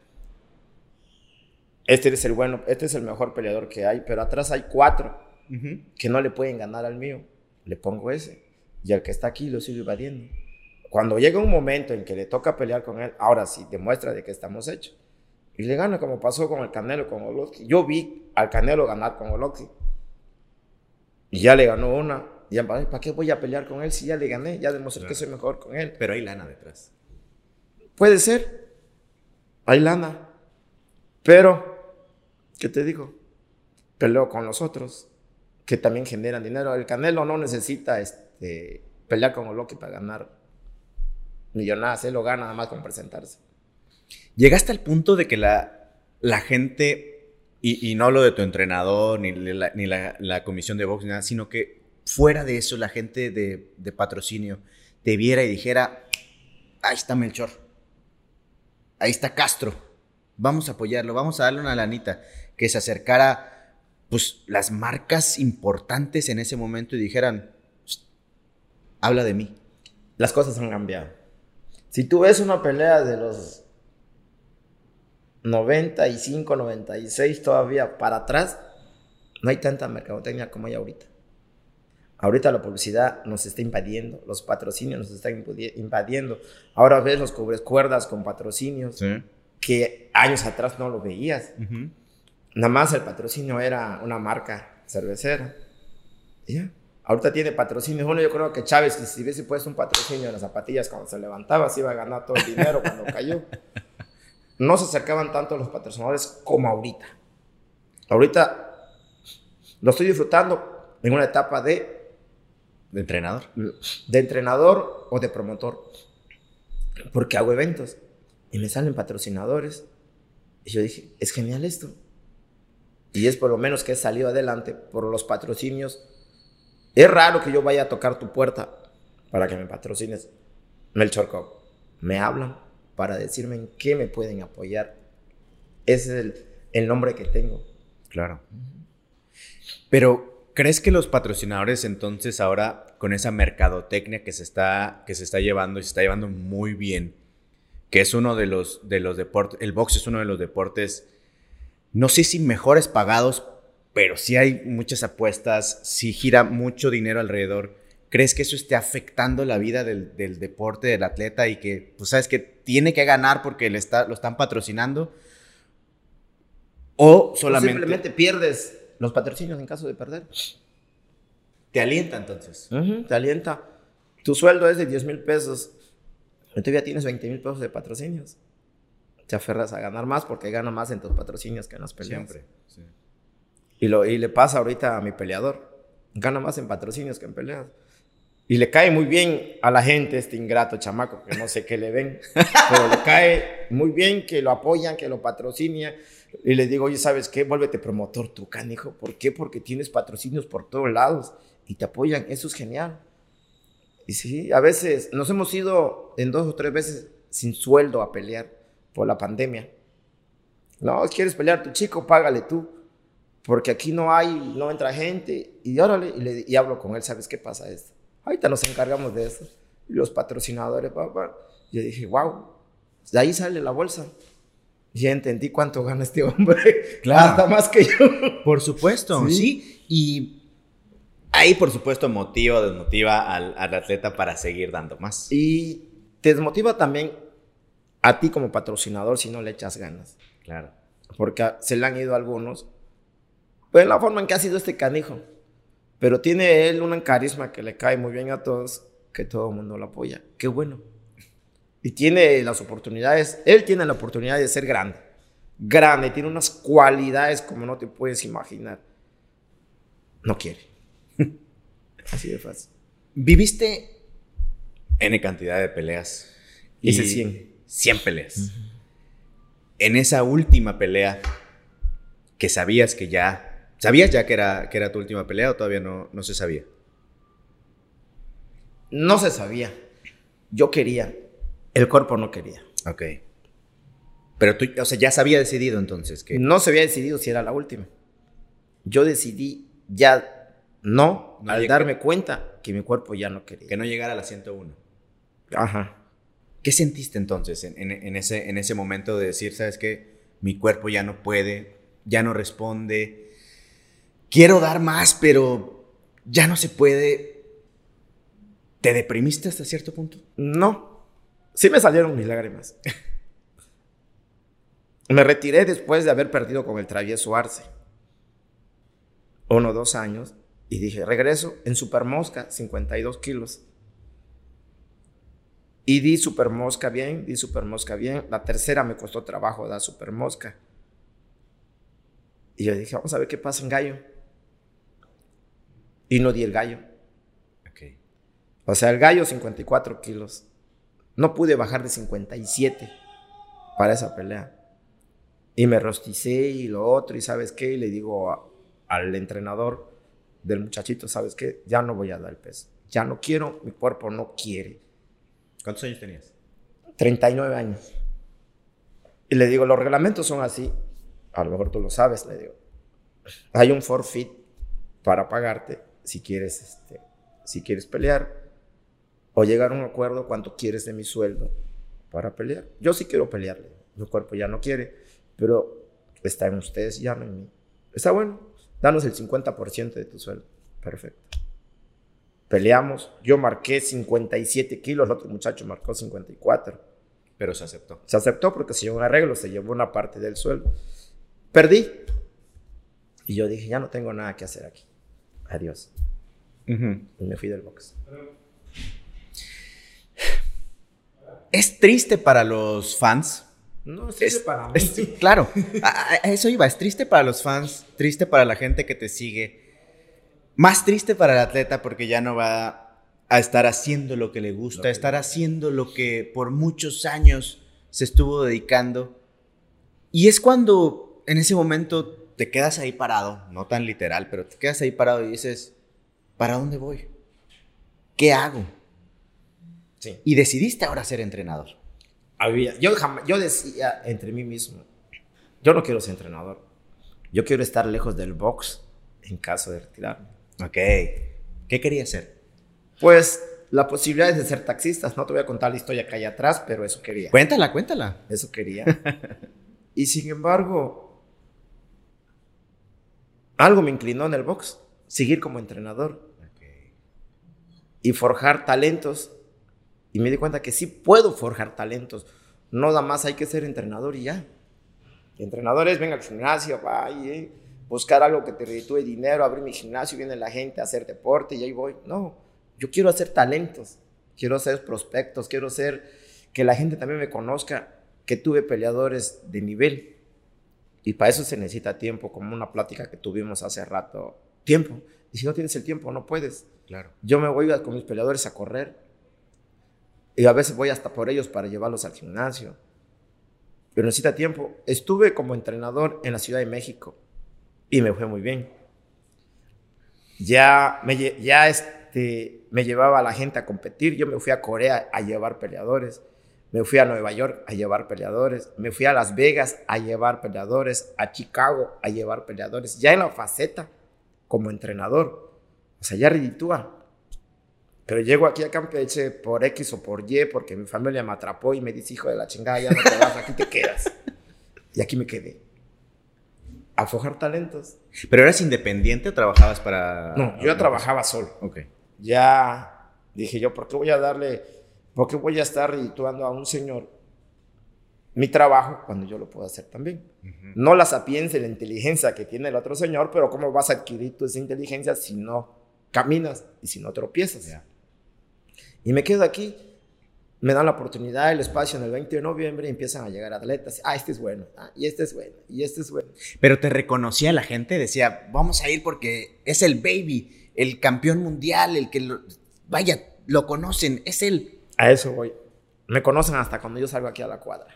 Este es el bueno, este es el mejor peleador que hay, pero atrás hay cuatro uh-huh. que no le pueden ganar al mío. Le pongo ese. Y al que está aquí lo sigo invadiendo. Cuando llega un momento en que le toca pelear con él, ahora sí, demuestra de que estamos hechos. Y le gana como pasó con el Canelo, con Golovkin. Yo vi al Canelo ganar con Golovkin. Y ya le ganó una. Y ya, ¿para qué voy a pelear con él si ya le gané? Ya demostré claro. que soy mejor con él. Pero hay lana detrás. Puede ser. Hay lana. Pero, ¿qué te digo? Peleo con los otros que también generan dinero. El Canelo no necesita este, pelear con Golovkin para ganar millonadas. Él lo gana nada más con presentarse. Llegaste al punto de que la, la gente, y, y no hablo de tu entrenador, ni la, ni la, la comisión de box, ni nada, sino que fuera de eso la gente de, de patrocinio te viera y dijera, ahí está Melchor, ahí está Castro, vamos a apoyarlo, vamos a darle una lanita, que se acercara pues las marcas importantes en ese momento y dijeran, habla de mí? Las cosas han cambiado. Si tú ves una pelea de los noventa y cinco, noventa y seis todavía para atrás, no hay tanta mercadotecnia como hay ahorita. Ahorita la publicidad nos está invadiendo, los patrocinios nos están invadiendo. Ahora ves los cubrecuerdas con patrocinios, sí, que años atrás no lo veías. Uh-huh. Nada más el patrocinio era una marca cervecera. ¿Ya? Ahorita tiene patrocinios. Bueno, yo creo que Chávez, si hubiese puesto un patrocinio en las zapatillas cuando se levantaba, se iba a ganar todo el dinero cuando cayó. No se acercaban tanto los patrocinadores como ahorita. Ahorita lo estoy disfrutando en una etapa de... ¿De entrenador? De entrenador o de promotor. Porque hago eventos y me salen patrocinadores. Y yo dije, es genial esto. Y es por lo menos que he salido adelante por los patrocinios. Es raro que yo vaya a tocar tu puerta para que me patrocines. Melchor Cup. Me hablan para decirme en qué me pueden apoyar. Ese es el, el nombre que tengo. Claro. Pero, ¿crees que los patrocinadores entonces ahora, con esa mercadotecnia que se está, que se está llevando y se está llevando muy bien, que es uno de los, de los deportes, el box es uno de los deportes, no sé si mejores pagados, pero sí hay muchas apuestas, sí gira mucho dinero alrededor? ¿Crees que eso esté afectando la vida del, del deporte, del atleta, y que, pues, sabes que tiene que ganar porque le está, lo están patrocinando? ¿O solamente... O simplemente pierdes los patrocinios en caso de perder? ¿Te alienta entonces? Uh-huh, te alienta. Tu sueldo es de diez mil pesos. Y tú ya tienes veinte mil pesos de patrocinios. Te aferras a ganar más porque gana más en tus patrocinios que en las peleas. Siempre, sí. Y, lo, y le pasa ahorita a mi peleador. Gana más en patrocinios que en peleas. Y le cae muy bien a la gente este ingrato chamaco, que no sé qué le ven, pero le cae muy bien que lo apoyan, que lo patrocinan. Y le digo, oye, ¿sabes qué? Vuélvete promotor tú, canijo. ¿Por qué? Porque tienes patrocinios por todos lados y te apoyan. Eso es genial. Y sí, a veces nos hemos ido en dos o tres veces sin sueldo a pelear por la pandemia. No, ¿quieres pelear tu chico? Págale tú. Porque aquí no hay, no entra gente. Y órale, y, le, y hablo con él, ¿sabes qué pasa esto? Ahorita nos encargamos de eso. Y los patrocinadores, papá. Yo dije, wow, de ahí sale la bolsa. Ya entendí cuánto gana este hombre. Claro. Hasta más que yo. Por supuesto, sí. sí. Y ahí, por supuesto, motiva o desmotiva al, al atleta para seguir dando más. Y te desmotiva también a ti como patrocinador si no le echas ganas. Claro. Porque se le han ido algunos. Pues la forma en que ha sido este canijo. Pero tiene él un carisma que le cae muy bien a todos, que todo el mundo lo apoya. Qué bueno. Y tiene las oportunidades, él tiene la oportunidad de ser grande. Grande, tiene unas cualidades como no te puedes imaginar. No quiere. Así de fácil. Viviste N cantidad de peleas. Hice cien. cien peleas. Uh-huh. En esa última pelea, que sabías que ya... ¿Sabías ya que era, que era tu última pelea o todavía no, no se sabía? No se sabía. Yo quería. El cuerpo no quería. Ok. Pero tú, o sea, ya se había decidido entonces que... No se había decidido si era la última. Yo decidí ya no, no al llegué, darme cuenta que mi cuerpo ya no quería. Que no llegara a la ciento uno. Ajá. ¿Qué sentiste entonces en, en, en, ese, en ese momento de decir, sabes qué? Mi cuerpo ya no puede, ya no responde... Quiero dar más, pero ya no se puede. ¿Te deprimiste hasta cierto punto? No. Sí me salieron mis lágrimas. Me retiré después de haber perdido con el Travieso Arce. Uno o dos años. Y dije, regreso en Super Mosca, cincuenta y dos kilos. Y di Super Mosca bien, di Super Mosca bien. La tercera me costó trabajo dar Super Mosca. Y yo dije, vamos a ver qué pasa en gallo. Y no di el gallo. Okay. O sea, el gallo cincuenta y cuatro kilos. No pude bajar de cincuenta y siete para esa pelea. Y me rosticé y lo otro, y ¿sabes qué? Y le digo a, al entrenador, del muchachito, ¿sabes qué? Ya no voy a dar el peso. Ya no quiero, mi cuerpo no quiere. ¿Cuántos años tenías? treinta y nueve años. Y le digo, los reglamentos son así. A lo mejor tú lo sabes, le digo. Hay un forfeit para pagarte si quieres, este, si quieres pelear o llegar a un acuerdo cuánto quieres de mi sueldo para pelear. Yo sí quiero pelearle. Mi cuerpo ya no quiere, pero está en ustedes, ya no en mí. Está bueno, danos el cincuenta por ciento de tu sueldo. Perfecto. Peleamos, yo marqué cincuenta y siete kilos, el otro muchacho marcó cincuenta y cuatro. Pero se aceptó. Se aceptó porque se llevó un arreglo, se llevó una parte del sueldo. Perdí. Y yo dije, ya no tengo nada que hacer aquí. Adiós. Uh-huh. Y me fui del box. ¿Es triste para los fans? No, es triste es, para mí. Es, claro, a, a eso iba. Es triste para los fans, triste para la gente que te sigue. Más triste para el atleta porque ya no va a estar haciendo lo que le gusta, a estar haciendo lo que por muchos años se estuvo dedicando. Y es cuando en ese momento te quedas ahí parado, no tan literal, pero te quedas ahí parado y dices, ¿para dónde voy? ¿Qué hago? Sí. Y decidiste ahora ser entrenador. Había, yo, jamás, yo decía entre mí mismo, yo no quiero ser entrenador. Yo quiero estar lejos del box en caso de retirarme. Ok. ¿Qué querías ser? Pues la posibilidad de ser taxista. No te voy a contar la historia que hay atrás, pero eso quería. Cuéntala, cuéntala. Eso quería. Y sin embargo, algo me inclinó en el box. Seguir como entrenador. Okay. Y forjar talentos. Y me di cuenta que sí puedo forjar talentos. No nada más hay que ser entrenador y ya. Y entrenadores, venga al gimnasio, vaya, eh, buscar algo que te reditúe dinero, abrir mi gimnasio, viene la gente a hacer deporte y ahí voy. No, yo quiero hacer talentos. Quiero hacer prospectos. Quiero hacer que la gente también me conozca que tuve peleadores de nivel. Y para eso se necesita tiempo, como una plática que tuvimos hace rato. Tiempo. Y si no tienes el tiempo, no puedes. Claro. Yo me voy con mis peleadores a correr. Y a veces voy hasta por ellos para llevarlos al gimnasio. Pero necesita tiempo. Estuve como entrenador en la Ciudad de México. Y me fue muy bien. Ya, me, ya este, me llevaba a la gente a competir. Yo me fui a Corea a llevar peleadores. Me fui a Nueva York a llevar peleadores. Me fui a Las Vegas a llevar peleadores. A Chicago a llevar peleadores. Ya en la faceta como entrenador. O sea, ya reditúa. Pero llego aquí a Campeche por X o por Y, porque mi familia me atrapó y me dice, hijo de la chingada, ya no te vas, aquí te quedas. Y aquí me quedé. A forjar talentos. ¿Pero eras independiente o trabajabas para...? No, yo ya trabajaba solo. Ok. Ya dije yo, ¿por qué voy a darle, por qué voy a estar redituando a un señor mi trabajo cuando yo lo puedo hacer también? Uh-huh. No la sapiencia y la inteligencia que tiene el otro señor, pero ¿cómo vas a adquirir tú esa inteligencia si no caminas y si no tropiezas? Yeah. Y me quedo aquí, me dan la oportunidad, el espacio en el veinte de noviembre y empiezan a llegar atletas. Ah, este es bueno, ah, y este es bueno, y este es bueno. Pero te reconocía la gente, decía, vamos a ir porque es el baby, el campeón mundial, el que, lo, vaya, lo conocen, es él. A eso voy. Me conocen hasta cuando yo salgo aquí a la cuadra.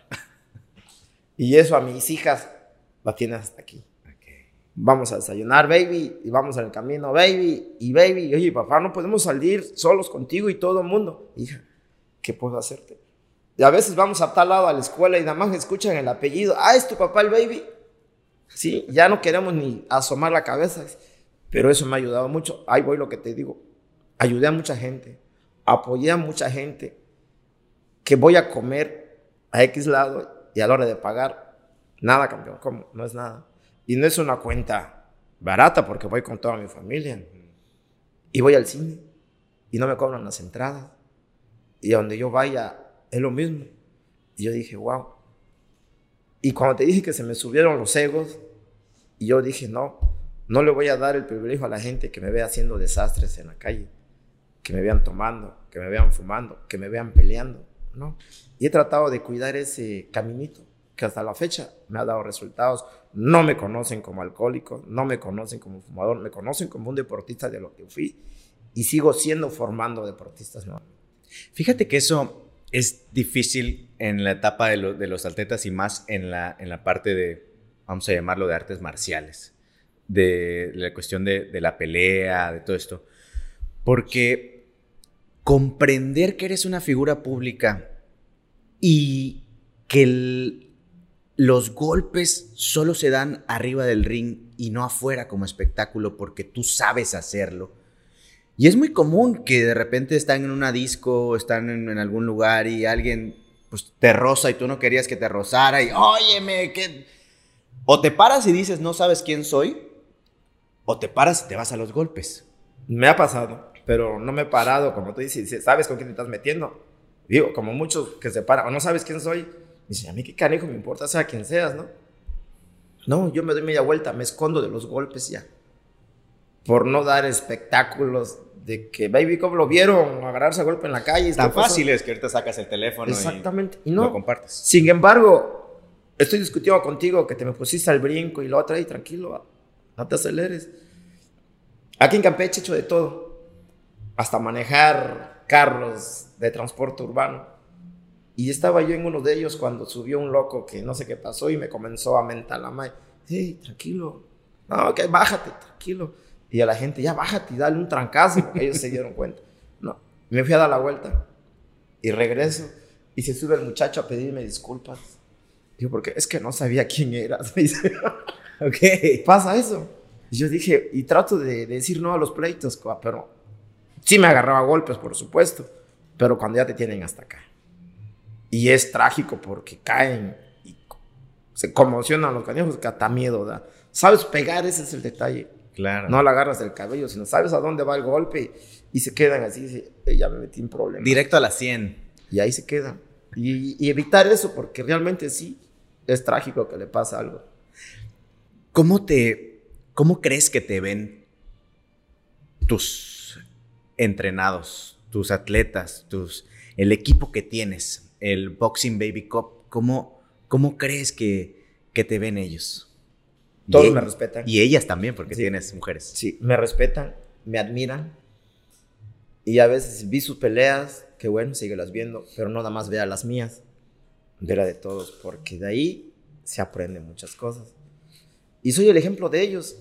Y eso a mis hijas las tienen hasta aquí. Vamos a desayunar, baby, y vamos en el camino, baby, y baby, y, oye, papá, no podemos salir solos contigo y todo el mundo. Hija, ¿qué puedo hacerte? Y a veces vamos a tal lado a la escuela y nada más escuchan el apellido. Ah, ¿es tu papá el baby? Sí, ya no queremos ni asomar la cabeza. Pero eso me ha ayudado mucho. Ahí voy lo que te digo. Ayudé a mucha gente, apoyé a mucha gente que voy a comer a X lado y a la hora de pagar, nada, campeón, ¿cómo? No es nada. Y no es una cuenta barata porque voy con toda mi familia. Y voy al cine y no me cobran las entradas. Y a donde yo vaya es lo mismo. Y yo dije, wow. Y cuando te dije que se me subieron los egos, y yo dije, no, no le voy a dar el privilegio a la gente que me vea haciendo desastres en la calle. Que me vean tomando, que me vean fumando, que me vean peleando, ¿no? Y he tratado de cuidar ese caminito que hasta la fecha me ha dado resultados. No me conocen como alcohólico, no me conocen como fumador, me conocen como un deportista de lo que fui y sigo siendo formando deportistas nuevamente. Fíjate que eso es difícil en la etapa de, lo, de los atletas y más en la, en la parte de, vamos a llamarlo, de artes marciales. de, de la cuestión de, de la pelea, de todo esto. Porque comprender que eres una figura pública y que el, los golpes solo se dan arriba del ring y no afuera como espectáculo porque tú sabes hacerlo. Y es muy común que de repente están en una disco, están en, en algún lugar y alguien pues, te roza y tú no querías que te rozara y óyeme, que... O te paras y dices no sabes quién soy, o te paras y te vas a los golpes. Me ha pasado, pero no me he parado, como tú dices, ¿sabes con quién te estás metiendo? Digo, como muchos que se paran, o no sabes quién soy, dicen, a mí qué canijo me importa, sea quien seas, ¿no? No, yo me doy media vuelta, me escondo de los golpes ya. Por no dar espectáculos de que, baby, ¿cómo lo vieron? Agarrarse a golpe en la calle. Tan fácil es que ahorita sacas el teléfono Exactamente. y, y no, lo compartes. Sin embargo, estoy discutiendo contigo que te me pusiste al brinco y lo otra y tranquilo, no te aceleres. Aquí en Campeche he hecho de todo, hasta manejar carros de transporte urbano. Y estaba yo en uno de ellos cuando subió un loco que no sé qué pasó y me comenzó a mentar la madre. Hey, tranquilo. No, ok, bájate, tranquilo. Y a la gente, ya bájate y dale un trancazo. Ellos se dieron cuenta. No, me fui a dar la vuelta y regreso y se sube el muchacho a pedirme disculpas. Digo, porque es que no sabía quién eras. Me dice, ok, pasa eso. Y yo dije, y trato de, de decir no a los pleitos, pero sí me agarraba golpes, por supuesto, pero cuando ya te tienen hasta acá. Y es trágico porque caen y se conmocionan los canijos que hasta miedo da. Sabes pegar, ese es el detalle. Claro. No la agarras del cabello, sino sabes a dónde va el golpe y, y se quedan así. Y dice, eh, ya me metí en problemas. Directo a la cien. Y ahí se quedan. Y, y evitar eso, porque realmente sí es trágico que le pasa algo. ¿Cómo te, cómo crees que te ven tus entrenados, tus atletas, tus, el equipo que tienes, el Boxing Baby Cup? ¿Cómo, cómo crees que, que te ven ellos? Todos y me él, respetan. Y ellas también, porque sí. tienes mujeres. Sí, me respetan, me admiran. Y a veces vi sus peleas, que bueno, síguelas viendo, pero no nada más vea las mías, vea de todos, porque de ahí se aprenden muchas cosas. Y soy el ejemplo de ellos.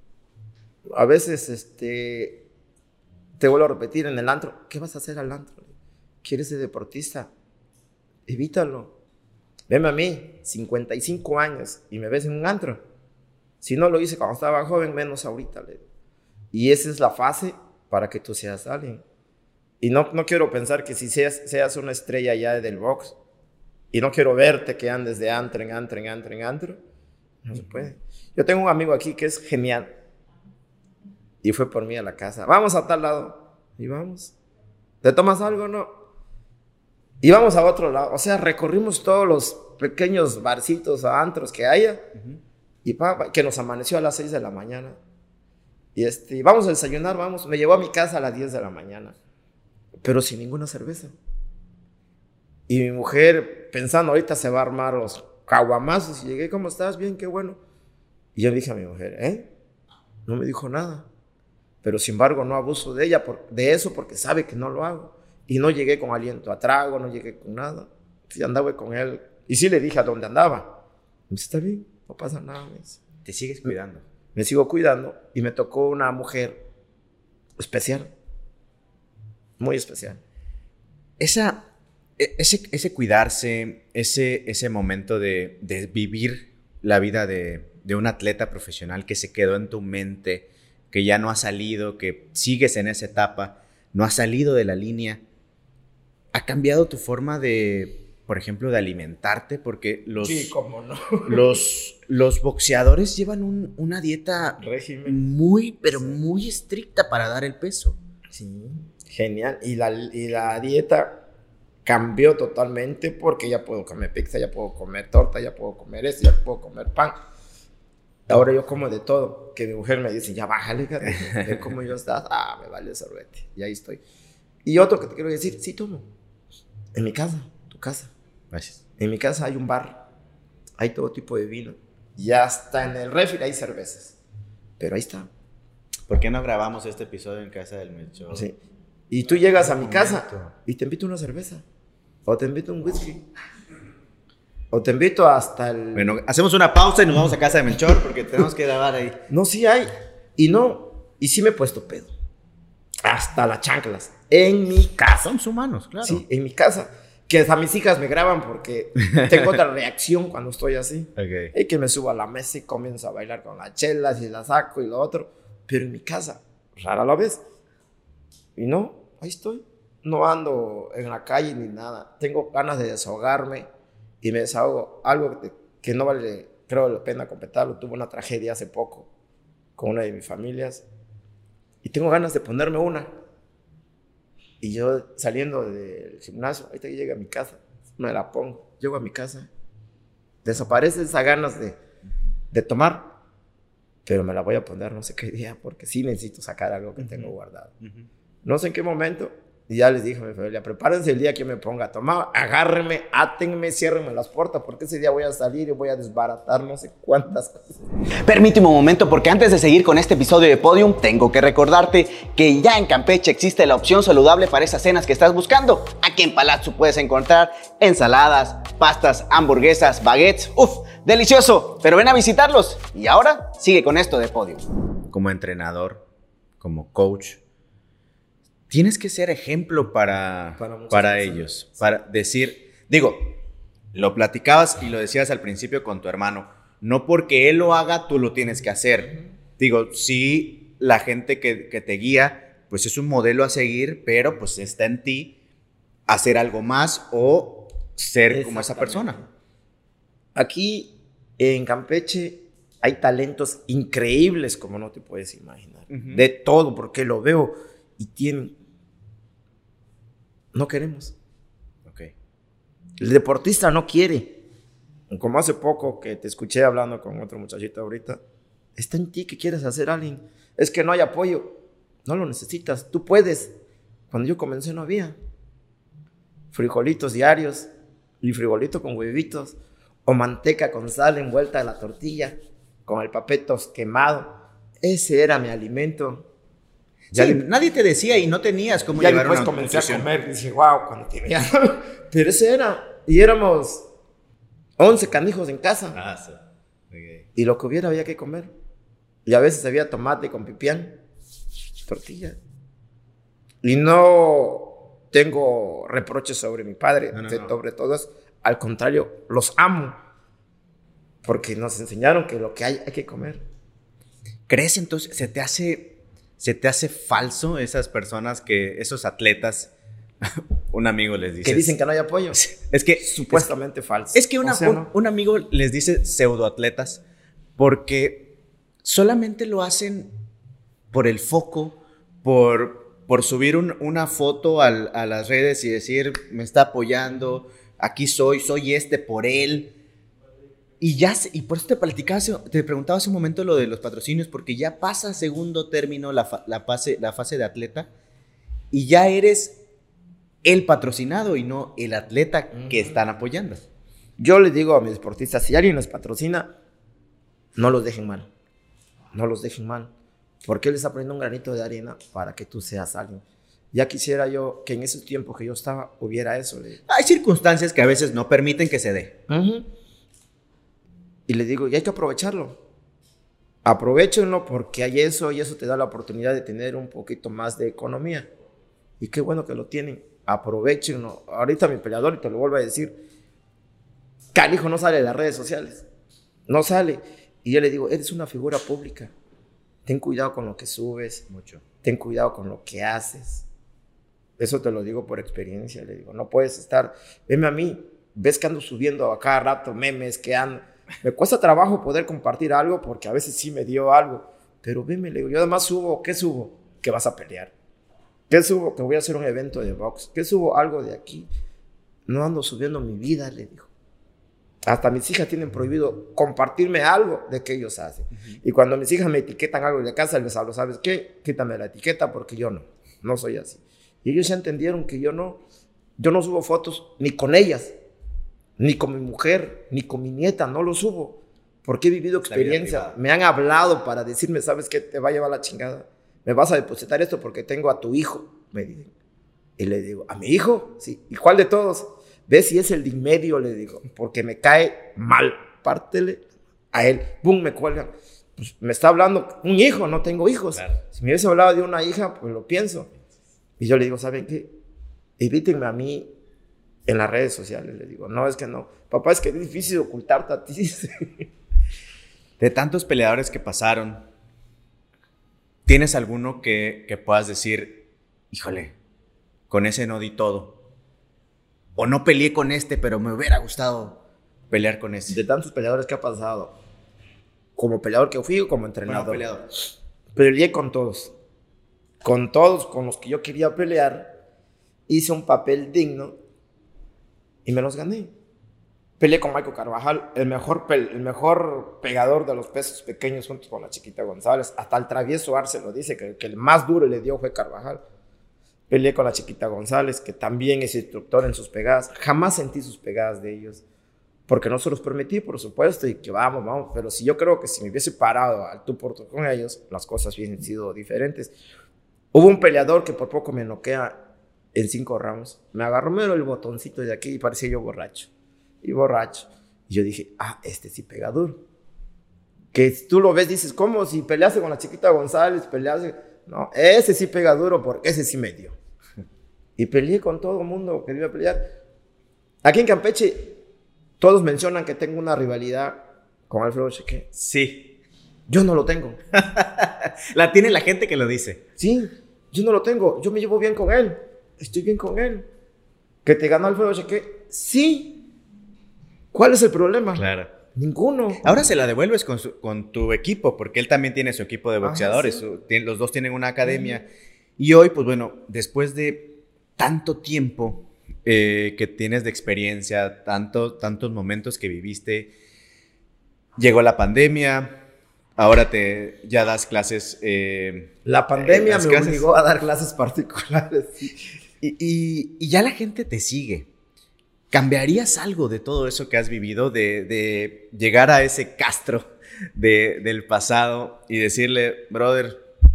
A veces, este, te vuelvo a repetir en el antro, ¿qué vas a hacer al antro? ¿Quieres ser deportista? Evítalo. Veme a mí, cincuenta y cinco años, y me ves en un antro. Si no lo hice cuando estaba joven, menos ahorita. Y esa es la fase para que tú seas alguien. Y no, no quiero pensar que si seas, seas una estrella ya del box, y no quiero verte que andes de antro en antro en antro en antro, no se puede. Yo tengo un amigo aquí que es genial, y fue por mí a la casa. Vamos a tal lado. Y vamos. ¿Te tomas algo o no? Y vamos a otro lado. O sea, recorrimos todos los pequeños barcitos o antros que haya. Uh-huh. Y pa, que nos amaneció a las seis de la mañana. Y este, vamos a desayunar, vamos. Me llevó a mi casa a las diez de la mañana. Pero sin ninguna cerveza. Y mi mujer, pensando, ahorita se va a armar los caguamazos. Y llegué, ¿cómo estás? Bien, qué bueno. Y yo dije a mi mujer, ¿eh? No me dijo nada. Pero sin embargo, no abuso de ella, por, de eso, porque sabe que no lo hago. Y no llegué con aliento a trago, no llegué con nada. Sí, andaba con él. Y sí le dije a dónde andaba. Me dice, está bien. No pasa nada. Me Te sigues cuidando. Me sigo cuidando y me tocó una mujer especial. Muy especial. Esa, ese, ese cuidarse, ese, ese momento de, de vivir la vida de, de un atleta profesional que se quedó en tu mente, que ya no ha salido, que sigues en esa etapa, no has salido de la línea, ¿ha cambiado tu forma de... por ejemplo, de alimentarte? Porque los, sí, cómo no. los, los boxeadores llevan un, una dieta régimen muy, pero muy estricta para dar el peso. Sí, genial. Y la, y la dieta cambió totalmente porque ya puedo comer pizza, ya puedo comer torta, ya puedo comer esto, ya puedo comer pan. Ahora yo como de todo. Que mi mujer me dice, ya bájale, ve cómo yo estás. Ah, me vale el sorbete. Y ahí estoy. Y otro que te quiero decir, sí tomo. En mi casa, tu casa. Gracias. En mi casa hay un bar, hay todo tipo de vino. Y hasta en el refri hay cervezas. Pero ahí está. ¿Por qué no grabamos este episodio en casa del Melchor? Sí. Y tú llegas a mi casa y te invito una cerveza. O te invito un whisky. O te invito hasta el... Bueno, hacemos una pausa y nos vamos a casa de Melchor porque tenemos que grabar ahí. No, sí hay. Y no, y sí me he puesto pedo. Hasta las chanclas. En mi casa. Somos humanos, claro. Sí, en mi casa. Que hasta mis hijas me graban porque tengo otra reacción cuando estoy así. Okay. Y que me subo a la mesa y comienzo a bailar con las chelas y las saco y lo otro. Pero en mi casa, rara la vez. Y no, ahí estoy. No ando en la calle ni nada. Tengo ganas de desahogarme y me desahogo. Algo que, que no vale, creo, la pena comentarlo. Tuve una tragedia hace poco con una de mis familias y tengo ganas de ponerme una. Y yo saliendo del gimnasio, ahorita que llego a mi casa, me la pongo. Llego a mi casa, desaparece esas ganas de, de tomar, pero me la voy a poner no sé qué día porque sí necesito sacar algo que uh-huh. tengo guardado. Uh-huh. No sé en qué momento. Y ya les dije a mi familia, prepárense el día que yo me ponga a tomar, agárrenme, átenme, ciérrenme las puertas, porque ese día voy a salir y voy a desbaratar no sé cuántas cosas. Permíteme un momento, porque antes de seguir con este episodio de Podium, tengo que recordarte que ya en Campeche existe la opción saludable para esas cenas que estás buscando. Aquí en Palazzo puedes encontrar ensaladas, pastas, hamburguesas, baguettes, ¡uf! ¡Delicioso! Pero ven a visitarlos. Y ahora, sigue con esto de Podium. Como entrenador, como coach, tienes que ser ejemplo para, para, para ellos, para decir, digo, lo platicabas y lo decías al principio con tu hermano, no porque él lo haga, tú lo tienes que hacer. Digo, sí, la gente que, que te guía, pues es un modelo a seguir, pero pues está en ti hacer algo más o ser como esa persona. Aquí en Campeche hay talentos increíbles como no te puedes imaginar. Uh-huh. De todo, porque lo veo y tienen... No queremos. Okay. El deportista no quiere. Como hace poco que te escuché hablando con otro muchachito ahorita, está en ti que quieres hacer alguien. Es que no hay apoyo. No lo necesitas. Tú puedes. Cuando yo comencé no había. Frijolitos diarios y frijolito con huevitos o manteca con sal envuelta en la tortilla con el papetos quemado. Ese era mi alimento. Ya sí, le, nadie te decía y no tenías cómo ya llevar una después comencé a comer y dije, wow, cuando tenía... Pero ese era. Y éramos once canijos en casa. Ah, sí. Okay. Y lo que hubiera había que comer. Y a veces había tomate con pipián, tortilla. Y no tengo reproches sobre mi padre, no, no, no. sobre todos. Al contrario, los amo. Porque nos enseñaron que lo que hay hay que comer. ¿Crees entonces, se te hace... ¿Se te hace falso esas personas que, esos atletas, un amigo les dice... Que dicen que no hay apoyo. Es que... Supuestamente es, falso. Es que una, o sea, un, ¿no? un amigo les dice pseudoatletas porque solamente lo hacen por el foco, por, por subir un, una foto al, a las redes y decir, me está apoyando, aquí soy, soy este por él. Y ya, y por eso te platicaba, te preguntaba hace un momento lo de los patrocinios, porque ya pasa a segundo término la, fa, la, fase, la fase de atleta y ya eres el patrocinado y no el atleta uh-huh. que están apoyando. Yo les digo a mis deportistas, si alguien los patrocina, no los dejen mal, no los dejen mal, porque él está poniendo un granito de arena para que tú seas alguien. Ya quisiera yo que en esos tiempos que yo estaba hubiera eso. Le... Hay circunstancias que a veces no permiten que se dé. Uh-huh. Y le digo, y hay que aprovecharlo. Aprovechenlo porque hay eso y eso te da la oportunidad de tener un poquito más de economía. Y qué bueno que lo tienen. Aprovechenlo. Ahorita mi peleador, y te lo vuelvo a decir, canijo no sale de las redes sociales. No sale. Y yo le digo, eres una figura pública. Ten cuidado con lo que subes. Mucho. Ten cuidado con lo que haces. Eso te lo digo por experiencia. Le digo, no puedes estar... Veme a mí. Ves que ando subiendo a cada rato memes, que ando... Me cuesta trabajo poder compartir algo porque a veces sí me dio algo. Pero veme, le digo, yo además subo, ¿qué subo? Que vas a pelear. ¿Qué subo? Que voy a hacer un evento de box. ¿Qué subo? Algo de aquí. No ando subiendo mi vida, le digo. Hasta mis hijas tienen prohibido compartirme algo de que ellos hacen. Uh-huh. Y cuando mis hijas me etiquetan algo de casa, les hablo, ¿sabes qué? Quítame la etiqueta porque yo no. No soy así. Y ellos ya entendieron que yo no, yo no subo fotos ni con ellas. Ni con mi mujer, ni con mi nieta, no lo subo. Porque he vivido experiencia. Me han hablado para decirme, ¿sabes qué? Te va a llevar la chingada. Me vas a depositar esto porque tengo a tu hijo, me dicen. Y le digo, ¿a mi hijo? Sí. ¿Y cuál de todos? Ve si es el de en medio, le digo, porque me cae mal. Pártele a él. Boom, me cuelgan. Pues me está hablando un hijo, no tengo hijos. Claro. Si me hubiese hablado de una hija, pues lo pienso. Y yo le digo, ¿saben qué? Evítenme a mí en las redes sociales. Le digo, no, es que no. Papá, es que es difícil ocultarte a ti. De tantos peleadores que pasaron, ¿tienes alguno que, que puedas decir, híjole, con ese no di todo? O no peleé con este, pero me hubiera gustado pelear con ese. De tantos peleadores que ha pasado, como peleador que fui o como entrenador. Bueno, peleador. Peleé con todos. Con todos con los que yo quería pelear. Hice un papel digno y me los gané. Peleé con Michael Carvajal, el mejor, el mejor pegador de los pesos pequeños junto con la Chiquita González. Hasta el travieso Arce lo dice, que, que el más duro le dio fue Carvajal. Peleé con la Chiquita González, que también es instructor en sus pegadas. Jamás sentí sus pegadas de ellos, porque no se los permití, por supuesto, y que vamos, vamos. Pero si yo creo que si me hubiese parado al tú por tú con ellos, las cosas hubiesen sido diferentes. Hubo un peleador que por poco me noquea en cinco rounds. Me agarró mero el botoncito de aquí y parecía yo borracho. Y borracho. Y yo dije, ah, este sí pega duro. Que tú lo ves, dices, ¿cómo? Si peleaste con la Chiquita González, peleaste... No, ese sí pega duro porque ese sí me dio. Y peleé con todo el mundo que iba a pelear. Aquí en Campeche, todos mencionan que tengo una rivalidad con Alfredo Cheque. Sí. Yo no lo tengo. La tiene la gente que lo dice. Sí, yo no lo tengo. Yo me llevo bien con él. Estoy bien con él. ¿Que te ganó Alfredo Cheque? Sí. ¿Cuál es el problema? Claro. Ninguno. Ahora se la devuelves con, su, con tu equipo, porque él también tiene su equipo de boxeadores. Ah, sí. su, tiene, los dos tienen una academia. Uh-huh. Y hoy, pues bueno, después de tanto tiempo eh, que tienes de experiencia, tanto, tantos momentos que viviste, llegó la pandemia, ahora te ya das clases. Eh, la pandemia eh, me clases. obligó a dar clases particulares. y, y, y ya la gente te sigue. ¿Cambiarías algo de todo eso que has vivido, de, de llegar a ese castro de, del pasado y decirle, brother,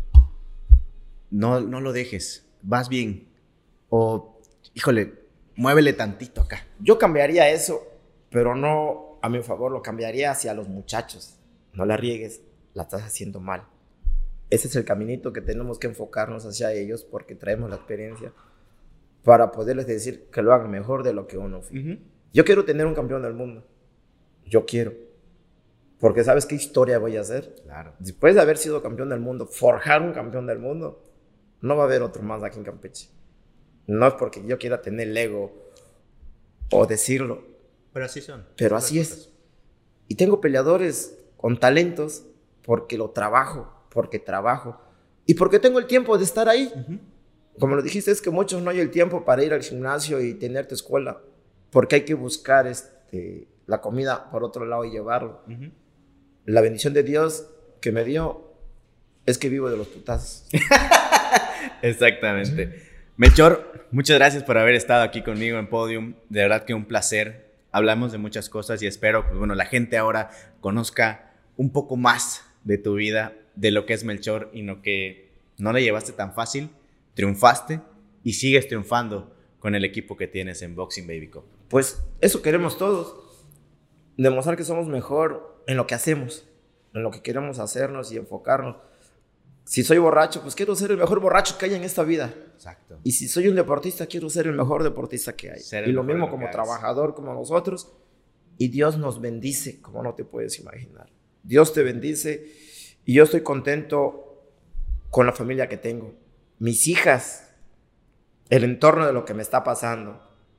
no, no lo dejes, vas bien? O, híjole, muévele tantito acá. Yo cambiaría eso, pero no a mi favor, lo cambiaría hacia los muchachos. No la riegues, la estás haciendo mal. Ese es el caminito que tenemos que enfocarnos hacia ellos porque traemos la experiencia para poderles decir que lo hagan mejor de lo que uno fue. Uh-huh. Yo quiero tener un campeón del mundo. Yo quiero. Porque ¿sabes qué historia voy a hacer? Claro. Después de haber sido campeón del mundo, forjar un campeón del mundo, no va a haber otro más aquí en Campeche. No es porque yo quiera tener el ego o decirlo. Pero así son. Pero así es. Y tengo peleadores con talentos porque lo trabajo, porque trabajo y porque tengo el tiempo de estar ahí. Uh-huh. Como lo dijiste, es que muchos no hay el tiempo para ir al gimnasio y tener tu escuela, porque hay que buscar este, la comida por otro lado y llevarlo. Uh-huh. La bendición de Dios que me dio es que vivo de los putazos. Exactamente. Sí. Melchor, muchas gracias por haber estado aquí conmigo en Podium. De verdad que un placer. Hablamos de muchas cosas y espero que bueno, la gente ahora conozca un poco más de tu vida, de lo que es Melchor y no que no la llevaste tan fácil. Triunfaste y sigues triunfando con el equipo que tienes en Boxing Baby Cup. Pues eso queremos todos, demostrar que somos mejor en lo que hacemos, en lo que queremos hacernos y enfocarnos. Si soy borracho, pues quiero ser el mejor borracho que hay en esta vida. Exacto. Y si soy un deportista, quiero ser el mejor deportista que hay. Y lo mismo como trabajador, como nosotros. Y Dios nos bendice, como no te puedes imaginar. Dios te bendice y yo estoy contento con la familia que tengo. Mis hijas, el entorno de lo que me está pasando,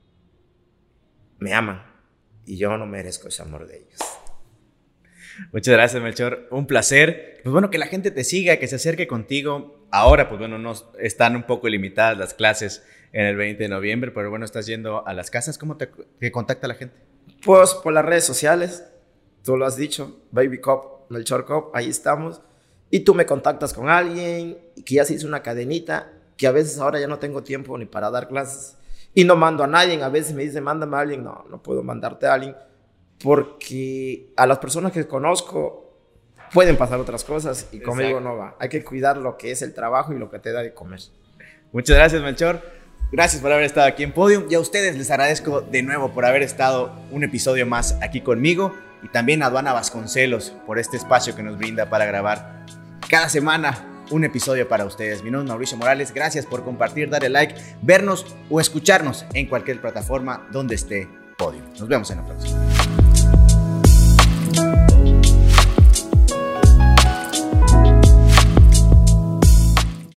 me aman y yo no merezco ese amor de ellos. Muchas gracias, Melchor. Un placer. Pues bueno, que la gente te siga, que se acerque contigo. Ahora, pues bueno, no están un poco limitadas las clases en el veinte de noviembre, pero bueno, estás yendo a las casas. ¿Cómo te, te contacta la gente? Pues por las redes sociales, tú lo has dicho, Baby Cup, Melchor Cup, ahí estamos. Y tú me contactas con alguien que ya se hizo una cadenita, que a veces ahora ya no tengo tiempo ni para dar clases. Y no mando a nadie, a veces me dicen, mándame a alguien. No, no puedo mandarte a alguien, porque a las personas que conozco pueden pasar otras cosas y conmigo no va. Hay que cuidar lo que es el trabajo y lo que te da de comer. Muchas gracias, Melchor. Gracias por haber estado aquí en Podium y a ustedes les agradezco de nuevo por haber estado un episodio más aquí conmigo y también a Duana Vasconcelos por este espacio que nos brinda para grabar cada semana un episodio para ustedes. Mi nombre es Mauricio Morales, gracias por compartir, darle like, vernos o escucharnos en cualquier plataforma donde esté Podium. Nos vemos en la próxima.